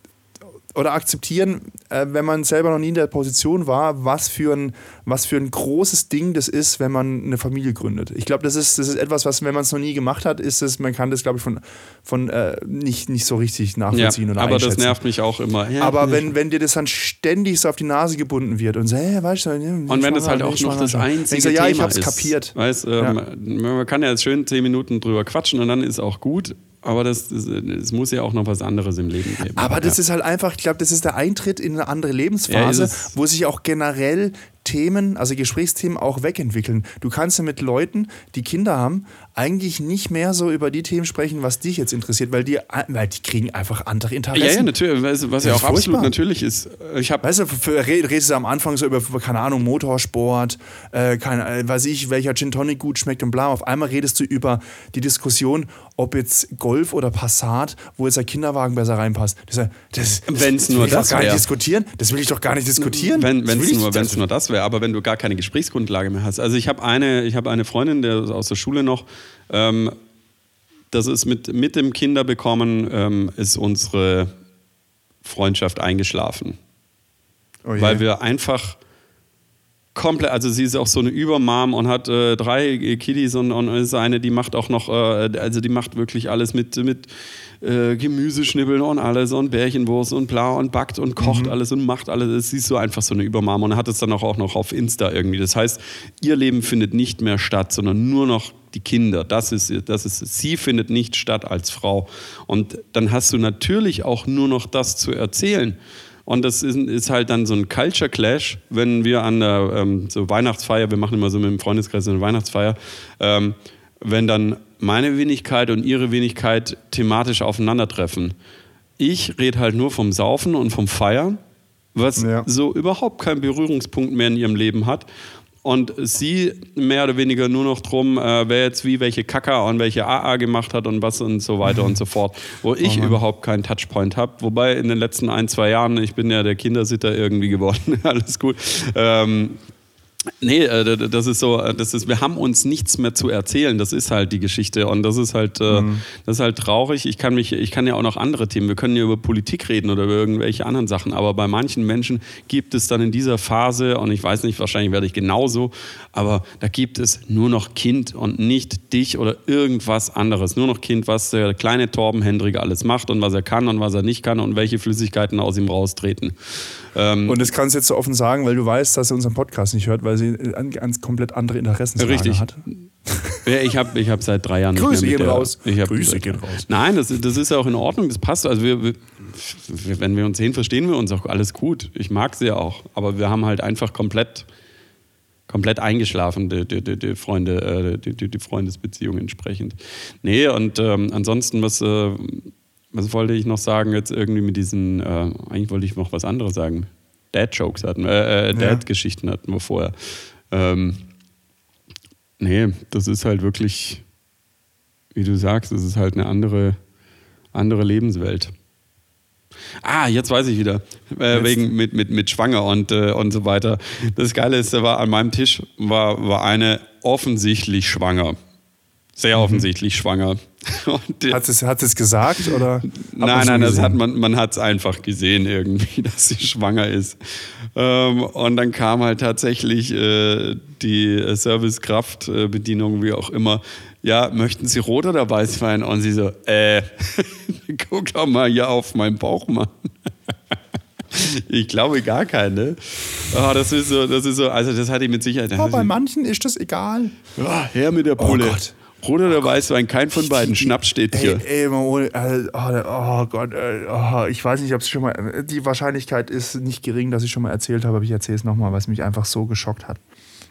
oder akzeptieren, äh, wenn man selber noch nie in der Position war, was für ein, was für ein großes Ding das ist, wenn man eine Familie gründet. Ich glaube, das ist, das ist etwas, was, wenn man es noch nie gemacht hat, ist es, man kann das, glaube ich, von, von äh, nicht, nicht so richtig nachvollziehen ja, oder aber einschätzen. Das nervt mich auch immer. Ja, aber wenn, wenn dir das dann ständig so auf die Nase gebunden wird und so, hey, weißt du, ja, und wenn das halt auch noch das einzige so, ja, Thema ich hab's ist. kapiert. Weißt, ähm, ja. Man kann ja jetzt schön zehn Minuten drüber quatschen und dann ist auch gut. Aber das, das, es muss ja auch noch was anderes im Leben geben. Aber das ja. ist halt einfach, ich glaube, das ist der Eintritt in eine andere Lebensphase, ja, wo sich auch generell Themen, also Gesprächsthemen auch wegentwickeln. Du kannst ja mit Leuten, die Kinder haben, eigentlich nicht mehr so über die Themen sprechen, was dich jetzt interessiert, weil die, weil die kriegen einfach andere Interessen. Ja, ja, natürlich, was, was ja auch absolut furchtbar. Natürlich ist. Ich hab weißt du, redest du am Anfang so über, keine Ahnung, Motorsport, äh, keine, weiß ich, welcher Gin Tonic gut schmeckt und bla. Auf einmal redest du über die Diskussion, ob jetzt Golf oder Passat, wo jetzt der Kinderwagen besser reinpasst. Das, das, wenn's das nur will ich das doch gar wär. nicht diskutieren. Das will ich doch gar nicht diskutieren. Wenn es nur, ich, nur das wäre, aber wenn du gar keine Gesprächsgrundlage mehr hast. Also ich habe eine, ich hab eine Freundin, der aus der Schule noch, ähm, das ist mit, mit dem Kinderbekommen, ähm, ist unsere Freundschaft eingeschlafen. Oh Weil wir einfach komplett, also sie ist auch so eine Übermom und hat äh, drei Kiddies und, und ist eine, die macht auch noch, äh, also die macht wirklich alles mit, mit äh, Gemüseschnibbeln und alles und Bärchenwurst und bla und backt und kocht mhm. alles und macht alles. Sie ist so einfach so eine Übermom und hat es dann auch, auch noch auf Insta irgendwie. Das heißt, ihr Leben findet nicht mehr statt, sondern nur noch die Kinder. Das ist, das ist, sie findet nicht statt als Frau. Und dann hast du natürlich auch nur noch das zu erzählen. Und das ist, ist halt dann so ein Culture Clash, wenn wir an der ähm, so Weihnachtsfeier, wir machen immer so mit dem Freundeskreis eine Weihnachtsfeier, ähm, wenn dann meine Wenigkeit und ihre Wenigkeit thematisch aufeinandertreffen. Ich rede halt nur vom Saufen und vom Feiern, was ja. so überhaupt keinen Berührungspunkt mehr in ihrem Leben hat. Und sie mehr oder weniger nur noch drum, äh, wer jetzt wie welche Kaka und welche A A gemacht hat und was und so weiter und so fort. Wo ich oh überhaupt keinen Touchpoint habe. Wobei in den letzten ein, zwei Jahren, ich bin ja der Kindersitter irgendwie geworden, alles gut. Ähm, Nee, das ist so, das ist, wir haben uns nichts mehr zu erzählen, das ist halt die Geschichte und das ist halt, mhm. das ist halt traurig. Ich kann mich, ich kann ja auch noch andere Themen, wir können ja über Politik reden oder über irgendwelche anderen Sachen, aber bei manchen Menschen gibt es dann in dieser Phase, und ich weiß nicht, wahrscheinlich werde ich genauso, aber da gibt es nur noch Kind und nicht dich oder irgendwas anderes. Nur noch Kind, was der kleine Torben Hendricke alles macht und was er kann und was er nicht kann und welche Flüssigkeiten aus ihm raustreten. Ähm, und das kannst du jetzt so offen sagen, weil du weißt, dass er unseren Podcast nicht hört, weil sie ganz komplett andere Interessenslage Richtig. hat. Ja, ich habe ich hab seit drei Jahren nicht Grüße mehr mit gehen der, raus. Ich hab, Grüße gehen raus. Nein, das, das ist ja auch in Ordnung, das passt. Also wir, wir, wenn wir uns sehen, verstehen wir uns auch alles gut. Ich mag sie ja auch, aber wir haben halt einfach komplett, komplett eingeschlafen, die, die, die, die Freunde, die, die, die Freundesbeziehung entsprechend. Nee, und ähm, ansonsten, was, äh, was wollte ich noch sagen jetzt irgendwie mit diesen, äh, eigentlich wollte ich noch was anderes sagen. Dad-Jokes hatten, äh, äh, Dad-Geschichten hatten wir vorher. Ähm, nee, das ist halt wirklich, wie du sagst, es ist halt eine andere, andere Lebenswelt. Ah, jetzt weiß ich wieder. Äh, wegen mit, mit, mit Schwanger und, äh, und so weiter. Das Geile ist, da war an meinem Tisch war, war eine offensichtlich schwanger. Sehr offensichtlich mhm. schwanger. Und hat es hat es gesagt oder? Nein, nein, das hat man man hat es einfach gesehen irgendwie, dass sie schwanger ist. Ähm, und dann kam halt tatsächlich äh, die Servicekraftbedienung, wie auch immer. Ja, möchten Sie Rot oder Weißwein? Und sie so, äh, guck doch mal hier auf meinen Bauch, Mann. Ich glaube gar keine. Oh, das ist so, das ist so, also das hatte ich mit Sicherheit. Oh, bei manchen ist das egal. Ja, her mit der Pulle. Oh Gott. Rot oder oh Weißwein, kein von beiden. Schnaps steht hier. Ey, ey oh, oh Gott, oh, ich weiß nicht, ob es schon mal. Die Wahrscheinlichkeit ist nicht gering, dass ich schon mal erzählt habe, aber ich erzähle es nochmal, was mich einfach so geschockt hat.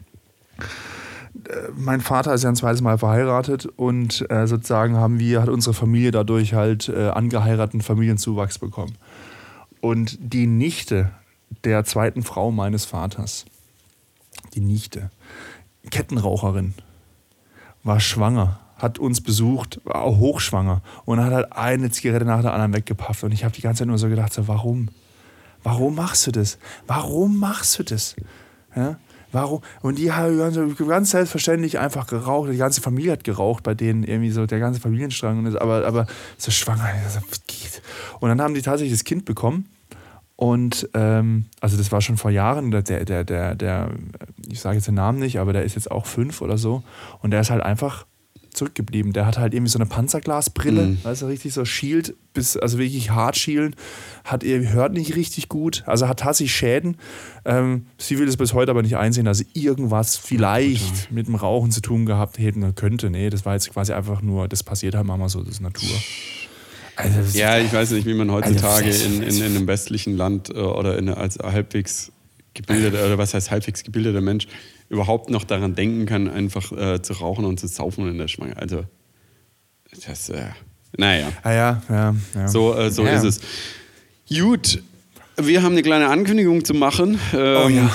Mein Vater ist ja ein zweites Mal verheiratet und äh, sozusagen haben wir, hat unsere Familie dadurch halt äh, angeheirateten Familienzuwachs bekommen. Und die Nichte der zweiten Frau meines Vaters, die Nichte, Kettenraucherin, war schwanger, hat uns besucht, war auch hochschwanger und hat halt eine Zigarette nach der anderen weggepafft. Und ich habe die ganze Zeit nur so gedacht, so, warum? Warum machst du das? Warum machst du das? Ja? Warum? Und die haben ganz, ganz selbstverständlich einfach geraucht. Die ganze Familie hat geraucht, bei denen irgendwie so der ganze Familienstrang ist, aber, aber so schwanger. Und dann haben die tatsächlich das Kind bekommen. Und ähm, also das war schon vor Jahren, der, der, der, der, ich sage jetzt den Namen nicht, aber der ist jetzt auch fünf oder so. Und der ist halt einfach zurückgeblieben. Der hat halt irgendwie so eine Panzerglasbrille, mhm. weißt du, richtig so Shield, bis, also wirklich hart schielen, hat hört nicht richtig gut, also hat tatsächlich Schäden. Ähm, sie will es bis heute aber nicht einsehen, dass sie irgendwas vielleicht mit dem Rauchen zu tun gehabt hätten könnte. Nee, das war jetzt quasi einfach nur, das passiert halt manchmal so, das ist Natur. Also, ja, ich weiß nicht, wie man heutzutage also, in, in, in einem westlichen Land äh, oder in, als halbwegs gebildeter, oder was heißt halbwegs gebildeter Mensch überhaupt noch daran denken kann, einfach äh, zu rauchen und zu saufen in der Schwange. Also, das, äh, naja. Ah, ja, ja, ja. So, äh, so ja. ist es. Gut, wir haben eine kleine Ankündigung zu machen. Ähm, oh ja.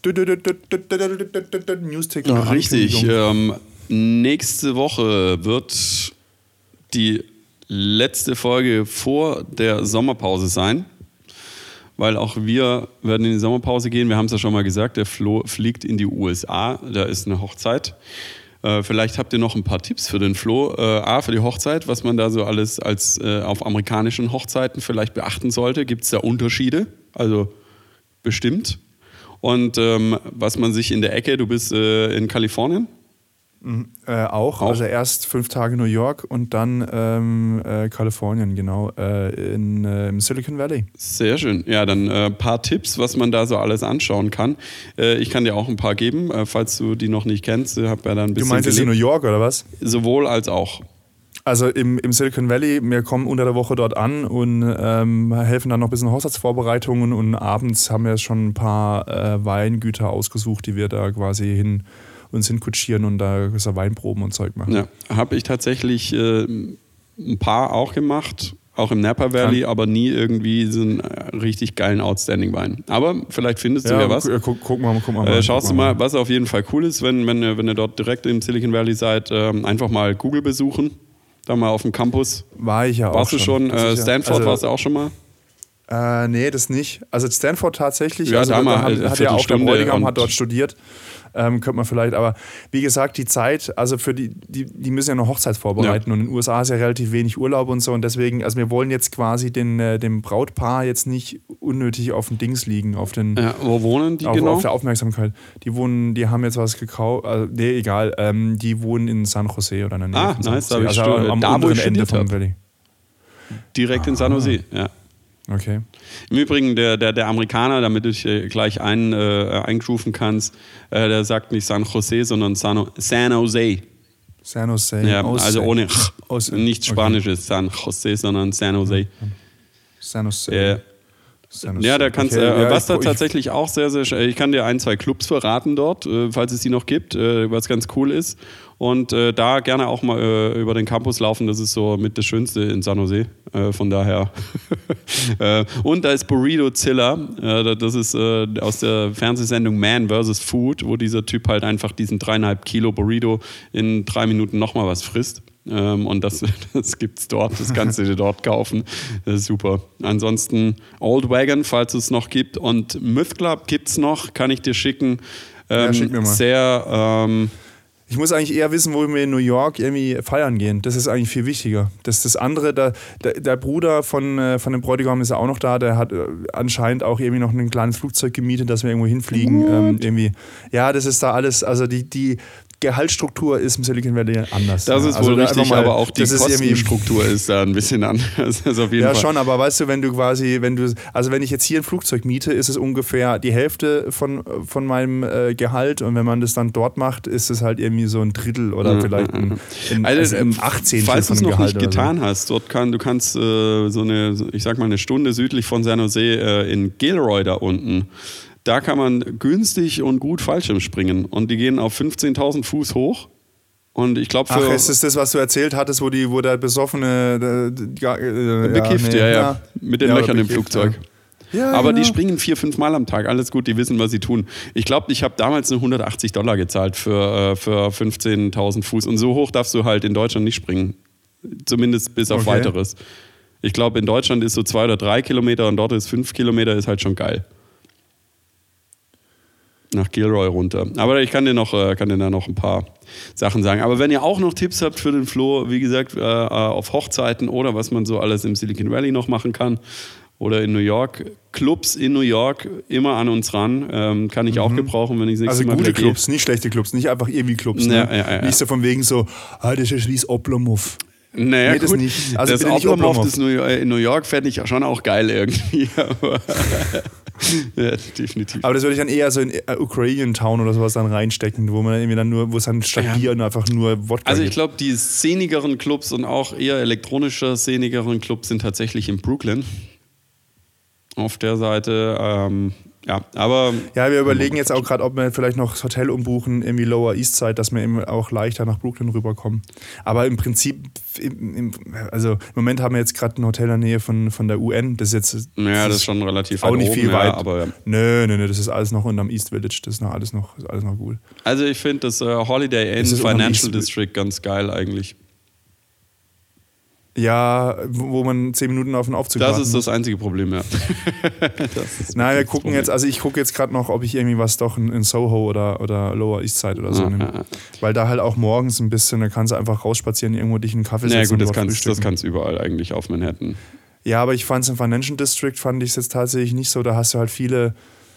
Newsticker. Richtig. Ähm, nächste Woche wird die letzte Folge vor der Sommerpause sein, weil auch wir werden in die Sommerpause gehen. Wir haben es ja schon mal gesagt, der Flo fliegt in die U S A, da ist eine Hochzeit. Äh, vielleicht habt ihr noch ein paar Tipps für den Flo. Äh, A, für die Hochzeit, was man da so alles als äh, auf amerikanischen Hochzeiten vielleicht beachten sollte. Gibt es da Unterschiede? Also bestimmt. Und ähm, was man sich in der Ecke, du bist äh, in Kalifornien? Mhm, äh, auch. auch, also erst fünf Tage New York und dann ähm, äh, Kalifornien, genau, äh, in, äh, im Silicon Valley. Sehr schön. Ja, dann ein äh, paar Tipps, was man da so alles anschauen kann. Äh, ich kann dir auch ein paar geben, äh, falls du die noch nicht kennst. Ich hab ja dann ein bisschen du meinst jetzt in New York oder was? Sowohl als auch. Also im, im Silicon Valley, wir kommen unter der Woche dort an und ähm, helfen dann noch ein bisschen Hochzeitsvorbereitungen und abends haben wir schon ein paar äh, Weingüter ausgesucht, die wir da quasi hin uns hinkutschieren und da so Weinproben und Zeug machen. Ja, habe ich tatsächlich äh, ein paar auch gemacht, auch im Napa Valley, ja. aber nie irgendwie so einen richtig geilen Outstanding-Wein. Aber vielleicht findest du ja, ja was. Ja, guck, guck mal, guck mal. Äh, schaust guck du mal, mal, was auf jeden Fall cool ist, wenn, wenn, wenn ihr dort direkt im Silicon Valley seid, äh, einfach mal Google besuchen, da mal auf dem Campus. War ich ja auch Warst schon. Warst du schon? Äh, Stanford also, warst du auch schon mal? Äh, nee, das nicht. Also Stanford tatsächlich, ja, also da da mal, hat, hat ja auch der Bräutigam hat dort studiert. Ähm, könnte man vielleicht, aber wie gesagt, die Zeit, also für die, die, die müssen ja noch Hochzeit vorbereiten ja. und in den U S A ist ja relativ wenig Urlaub und so und deswegen, also wir wollen jetzt quasi den, äh, dem Brautpaar jetzt nicht unnötig auf den Dings liegen, auf den, ja, wo wohnen die auf, genau? Auf der Aufmerksamkeit. Die wohnen, die haben jetzt was gekauft, also, nee, egal, ähm, die wohnen in San Jose oder in der Nähe ah, von San nice, Jose. Da also am, am da, unteren Ende vom Valley. Direkt ah. in San Jose, ja. Okay. Im Übrigen, der, der, der Amerikaner, damit du dich gleich ein, äh, einstufen kannst, äh, der sagt nicht San Jose, sondern San, San Jose. San Jose. Ja, also ohne Ch, nichts Spanisches, okay. San Jose, sondern San Jose. San Jose. Äh, ja, da kannst okay, äh, ja, was da tatsächlich auch sehr, sehr, ich kann dir ein, zwei Clubs verraten dort, äh, falls es die noch gibt, äh, was ganz cool ist. Und äh, da gerne auch mal äh, über den Campus laufen, das ist so mit das Schönste in San Jose, äh, von daher. äh, und da ist Burrito-Zilla, äh, das ist äh, aus der Fernsehsendung Man versus. Food, wo dieser Typ halt einfach diesen dreieinhalb Kilo Burrito in drei Minuten nochmal was frisst. Ähm, und das, das gibt es dort, das kannst du dir dort kaufen. Das ist super. Ansonsten Old Wagon, falls es noch gibt. Und Myth Club gibt es noch, kann ich dir schicken. Ähm, ja, schick mir mal. Sehr... Ähm, Ich muss eigentlich eher wissen, wo wir in New York irgendwie feiern gehen. Das ist eigentlich viel wichtiger. Das das andere, der, der, der Bruder von, äh, von dem Bräutigam ist ja auch noch da. Der hat äh, anscheinend auch irgendwie noch ein kleines Flugzeug gemietet, dass wir irgendwo hinfliegen. Ähm, irgendwie. Ja, das ist da alles, also die, die Gehaltsstruktur ist im Silicon Valley anders. Das ja. ist also wohl richtig, mal, aber auch die ist Kostenstruktur ist da ein bisschen anders. Also auf jeden ja, Fall. schon, aber weißt du, wenn du quasi, wenn du, also wenn ich jetzt hier ein Flugzeug miete, ist es ungefähr die Hälfte von, von meinem äh, Gehalt und wenn man das dann dort macht, ist es halt irgendwie so ein Drittel oder mhm. vielleicht ein, ein, also, also ein Achtzehntel falls du von es noch Gehalt nicht getan so. hast, dort kann, du kannst äh, so eine, ich sag mal eine Stunde südlich von San Jose äh, in Gilroy da unten, da kann man günstig und gut Fallschirm springen und die gehen auf fünfzehntausend Fuß hoch. Und ich glaube für. Ach, ist das das, was du erzählt hattest, wo, die, wo der Besoffene. Äh, äh, bekifft, ja, nee, ja, ja. Mit den ja, Löchern bekifft, im Flugzeug. Ja. Ja, aber genau. Die springen vier, fünf Mal am Tag. Alles gut, die wissen, was sie tun. Ich glaube, ich habe damals eine hundertachtzig Dollar gezahlt für, äh, für fünfzehntausend Fuß. Und so hoch darfst du halt in Deutschland nicht springen. Zumindest bis auf okay. Weiteres. Ich glaube, in Deutschland ist so zwei oder drei Kilometer und dort ist fünf Kilometer, ist halt schon geil. Nach Gilroy runter. Aber ich kann dir noch, kann dir da noch ein paar Sachen sagen. Aber wenn ihr auch noch Tipps habt für den Flo, wie gesagt, äh, auf Hochzeiten oder was man so alles im Silicon Valley noch machen kann oder in New York, Clubs in New York, immer an uns ran. Ähm, kann ich mhm. auch gebrauchen, wenn ich das nächste Also Mal gute Clubs, gehe. Nicht schlechte Clubs, nicht einfach irgendwie Clubs. Ne? Ja, ja, ja, nicht so von wegen so, ah, das ist wie das Oblomov. Naja, nee, das gut. Nicht. Also das Oblomov in New York fände ich schon auch geil irgendwie. Aber ja, definitiv. Aber das würde ich dann eher so in Ukrainian Town oder sowas dann reinstecken, wo man irgendwie dann nur, wo es dann statt Bier ja. einfach nur Wodka Also ich gibt. glaube, die szenigeren Clubs und auch eher elektronischer szenigeren Clubs sind tatsächlich in Brooklyn. Auf der Seite, ähm, ja, aber... Ja, wir überlegen jetzt auch gerade, ob wir vielleicht noch das Hotel umbuchen, irgendwie Lower East Side, dass wir eben auch leichter nach Brooklyn rüberkommen. Aber im Prinzip, im, im, also im Moment haben wir jetzt gerade ein Hotel in der Nähe von, von der U N. Das ist jetzt... Ja, das, das ist schon relativ auch weit nicht oben, viel weit. Ja, aber, ja. Nö, nö, nö, das ist alles noch unterm East Village. Das ist noch alles noch, ist alles noch gut. Also ich finde das äh, Holiday Inn Financial District ganz geil eigentlich. Ja, wo man zehn Minuten auf den Aufzug Das warten ist muss. das einzige Problem, ja. das Nein, wir gucken jetzt, also ich gucke jetzt gerade noch, ob ich irgendwie was doch in, in Soho oder, oder Lower East Side oder so ja, nehme. Ja, ja. Weil da halt auch morgens ein bisschen, da kannst du einfach rausspazieren, irgendwo dich einen Kaffee setzen. Ja gut, das und kannst, das kannst du überall eigentlich auf Manhattan. Ja, aber ich fand es im Financial District, fand ich es jetzt tatsächlich nicht so, da hast du halt viele,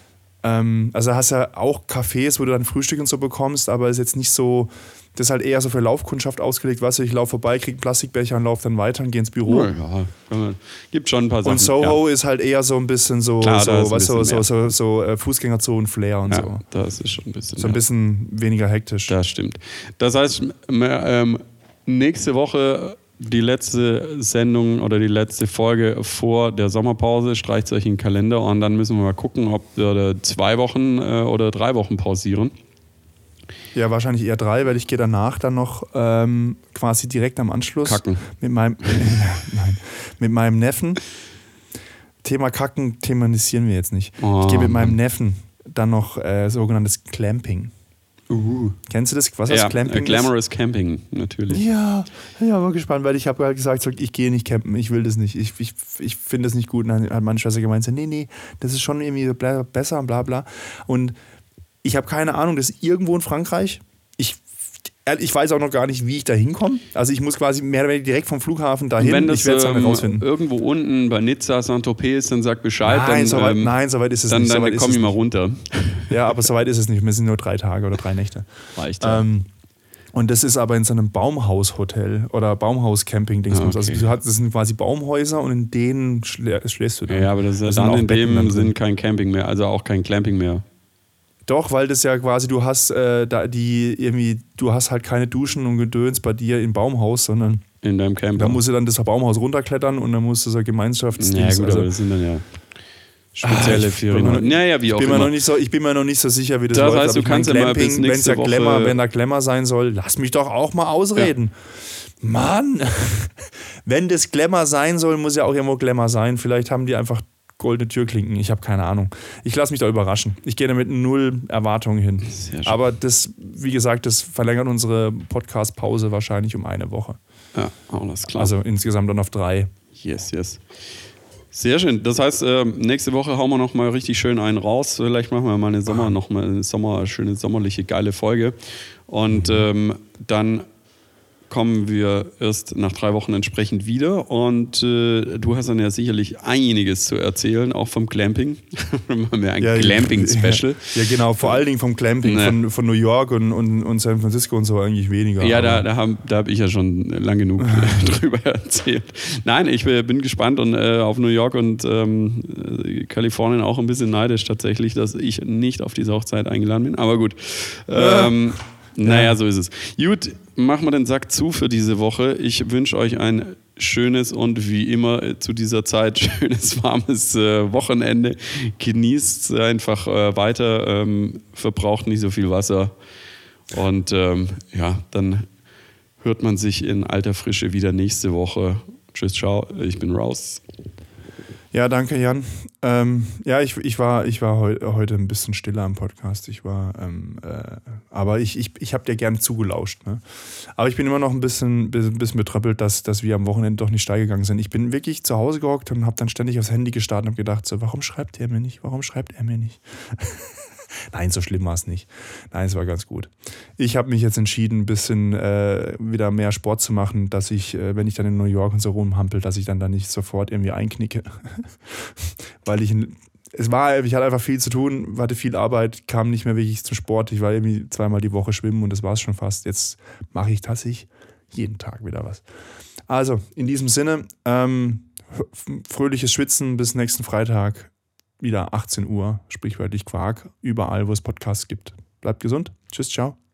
ähm, also da hast du ja auch Cafés, wo du dann Frühstück und so bekommst, aber ist jetzt nicht so... Das ist halt eher so für Laufkundschaft ausgelegt, weißt du, ich laufe vorbei, kriege einen Plastikbecher und laufe dann weiter und gehe ins Büro. Ja, ja, gibt schon ein paar Sachen. Und Soho ja. ist halt eher so ein bisschen so, Klar, so, ein weißt du, bisschen so, so, so, so Fußgängerzone-Flair und ja, so. Das ist schon ein bisschen So ein bisschen mehr. weniger hektisch. Das stimmt. Das heißt, ähm, nächste Woche die letzte Sendung oder die letzte Folge vor der Sommerpause, streicht euch in den Kalender und dann müssen wir mal gucken, ob wir zwei Wochen äh, oder drei Wochen pausieren. Ja, wahrscheinlich eher drei, weil ich gehe danach dann noch ähm, quasi direkt am Anschluss Kacken. mit meinem, nein, mit meinem Neffen. Thema Kacken thematisieren wir jetzt nicht. Oh, ich gehe mit meinem Neffen dann noch äh, sogenanntes Clamping. Uh. Kennst du das? Was ja, heißt Clamping? Glamorous Camping, natürlich. Ja, ja, war gespannt, weil ich habe halt gesagt, ich gehe nicht campen, ich will das nicht, ich, ich, ich finde das nicht gut. Und dann hat meine Schwester gemeint, nee, nee, das ist schon irgendwie besser und bla bla. Und ich habe keine Ahnung, das ist irgendwo in Frankreich. Ich, ich weiß auch noch gar nicht, wie ich da hinkomme. Also ich muss quasi mehr oder weniger direkt vom Flughafen dahin. Wenn das ich werde es dann ähm, rausfinden. irgendwo unten bei Nizza, Saint-Tropez ist, dann sag Bescheid. Nein, dann, soweit, ähm, nein, soweit ist es dann, nicht. Dann komm ich mal runter. Ja, aber soweit ist es nicht. Wir sind nur drei Tage oder drei Nächte. Reicht ja. Ähm, und das ist aber in so einem Baumhaushotel oder Baumhaus-Camping-Dingsbums. Okay. Also das sind quasi Baumhäuser und in denen schlä- schläfst du dann. Ja, aber das, das dann in dem sind kein Camping mehr, also auch kein Clamping mehr. Doch, weil das ja quasi, du hast äh, da die irgendwie, du hast halt keine Duschen und Gedöns bei dir im Baumhaus, sondern in deinem Camper. Da musst du dann das Baumhaus runterklettern und dann musst du so Gemeinschaftsdienst. Ja gut, also, aber das sind dann ja spezielle ah, Ferien. Ja, ja, wie auch bin immer. Mir noch nicht so, ich bin mir noch nicht so sicher, wie das, das läuft. Heißt, du kannst ja mal bis nächste ja Woche... Glamour, wenn da Glamour sein soll, lass mich doch auch mal ausreden. Ja. Mann, wenn das Glamour sein soll, muss ja auch irgendwo Glamour sein. Vielleicht haben die einfach goldene Türklinken. Ich habe keine Ahnung. Ich lasse mich da überraschen. Ich gehe da mit null Erwartungen hin. Aber das, wie gesagt, das verlängert unsere Podcast-Pause wahrscheinlich um eine Woche. Ja, alles klar. Also insgesamt dann auf drei. Yes, yes. Sehr schön. Das heißt, äh, nächste Woche hauen wir noch mal richtig schön einen raus. Vielleicht machen wir mal eine Sommer, noch mal eine Sommer, schöne sommerliche geile Folge. Und ähm, dann kommen wir erst nach drei Wochen entsprechend wieder. Und äh, du hast dann ja sicherlich einiges zu erzählen, auch vom Glamping. Wir haben ja ein ja, Glamping-Special. Ja, genau, vor allen Dingen vom Glamping, ne. von, von New York und, und, und San Francisco und so eigentlich weniger. Ja, da, da habe da hab ich ja schon lang genug drüber erzählt. Nein, ich bin gespannt und äh, auf New York und ähm, Kalifornien auch ein bisschen neidisch tatsächlich, dass ich nicht auf diese Hochzeit eingeladen bin. Aber gut. Ähm, ja. Naja, so ist es. Gut, machen wir den Sack zu für diese Woche. Ich wünsche euch ein schönes und wie immer zu dieser Zeit schönes, warmes äh, Wochenende. Genießt einfach äh, weiter, ähm, verbraucht nicht so viel Wasser. Und ähm, ja, dann hört man sich in alter Frische wieder nächste Woche. Tschüss, ciao, ich bin raus. Ja, danke, Jan. Ähm, ja, ich, ich war, ich war heu, heute ein bisschen stiller am Podcast. Ich war, ähm, äh, aber ich, ich, ich habe dir gern zugelauscht. Ne? Aber ich bin immer noch ein bisschen, bisschen, bisschen betröppelt, dass, dass wir am Wochenende doch nicht steil gegangen sind. Ich bin wirklich zu Hause gehockt und habe dann ständig aufs Handy gestartet und habe gedacht, so, warum schreibt er mir nicht? Warum schreibt er mir nicht? Nein, so schlimm war es nicht. Nein, es war ganz gut. Ich habe mich jetzt entschieden, ein bisschen äh, wieder mehr Sport zu machen, dass ich, äh, wenn ich dann in New York und so rumhampel, dass ich dann da nicht sofort irgendwie einknicke. Weil ich, es war, ich hatte einfach viel zu tun, hatte viel Arbeit, kam nicht mehr wirklich zum Sport. Ich war irgendwie zweimal die Woche schwimmen und das war es schon fast. Jetzt mache ich tatsächlich jeden Tag wieder was. Also, in diesem Sinne, ähm, fröhliches Schwitzen bis nächsten Freitag. Wieder achtzehn Uhr, sprichwörtlich Quark, überall, wo es Podcasts gibt. Bleibt gesund. Tschüss, ciao.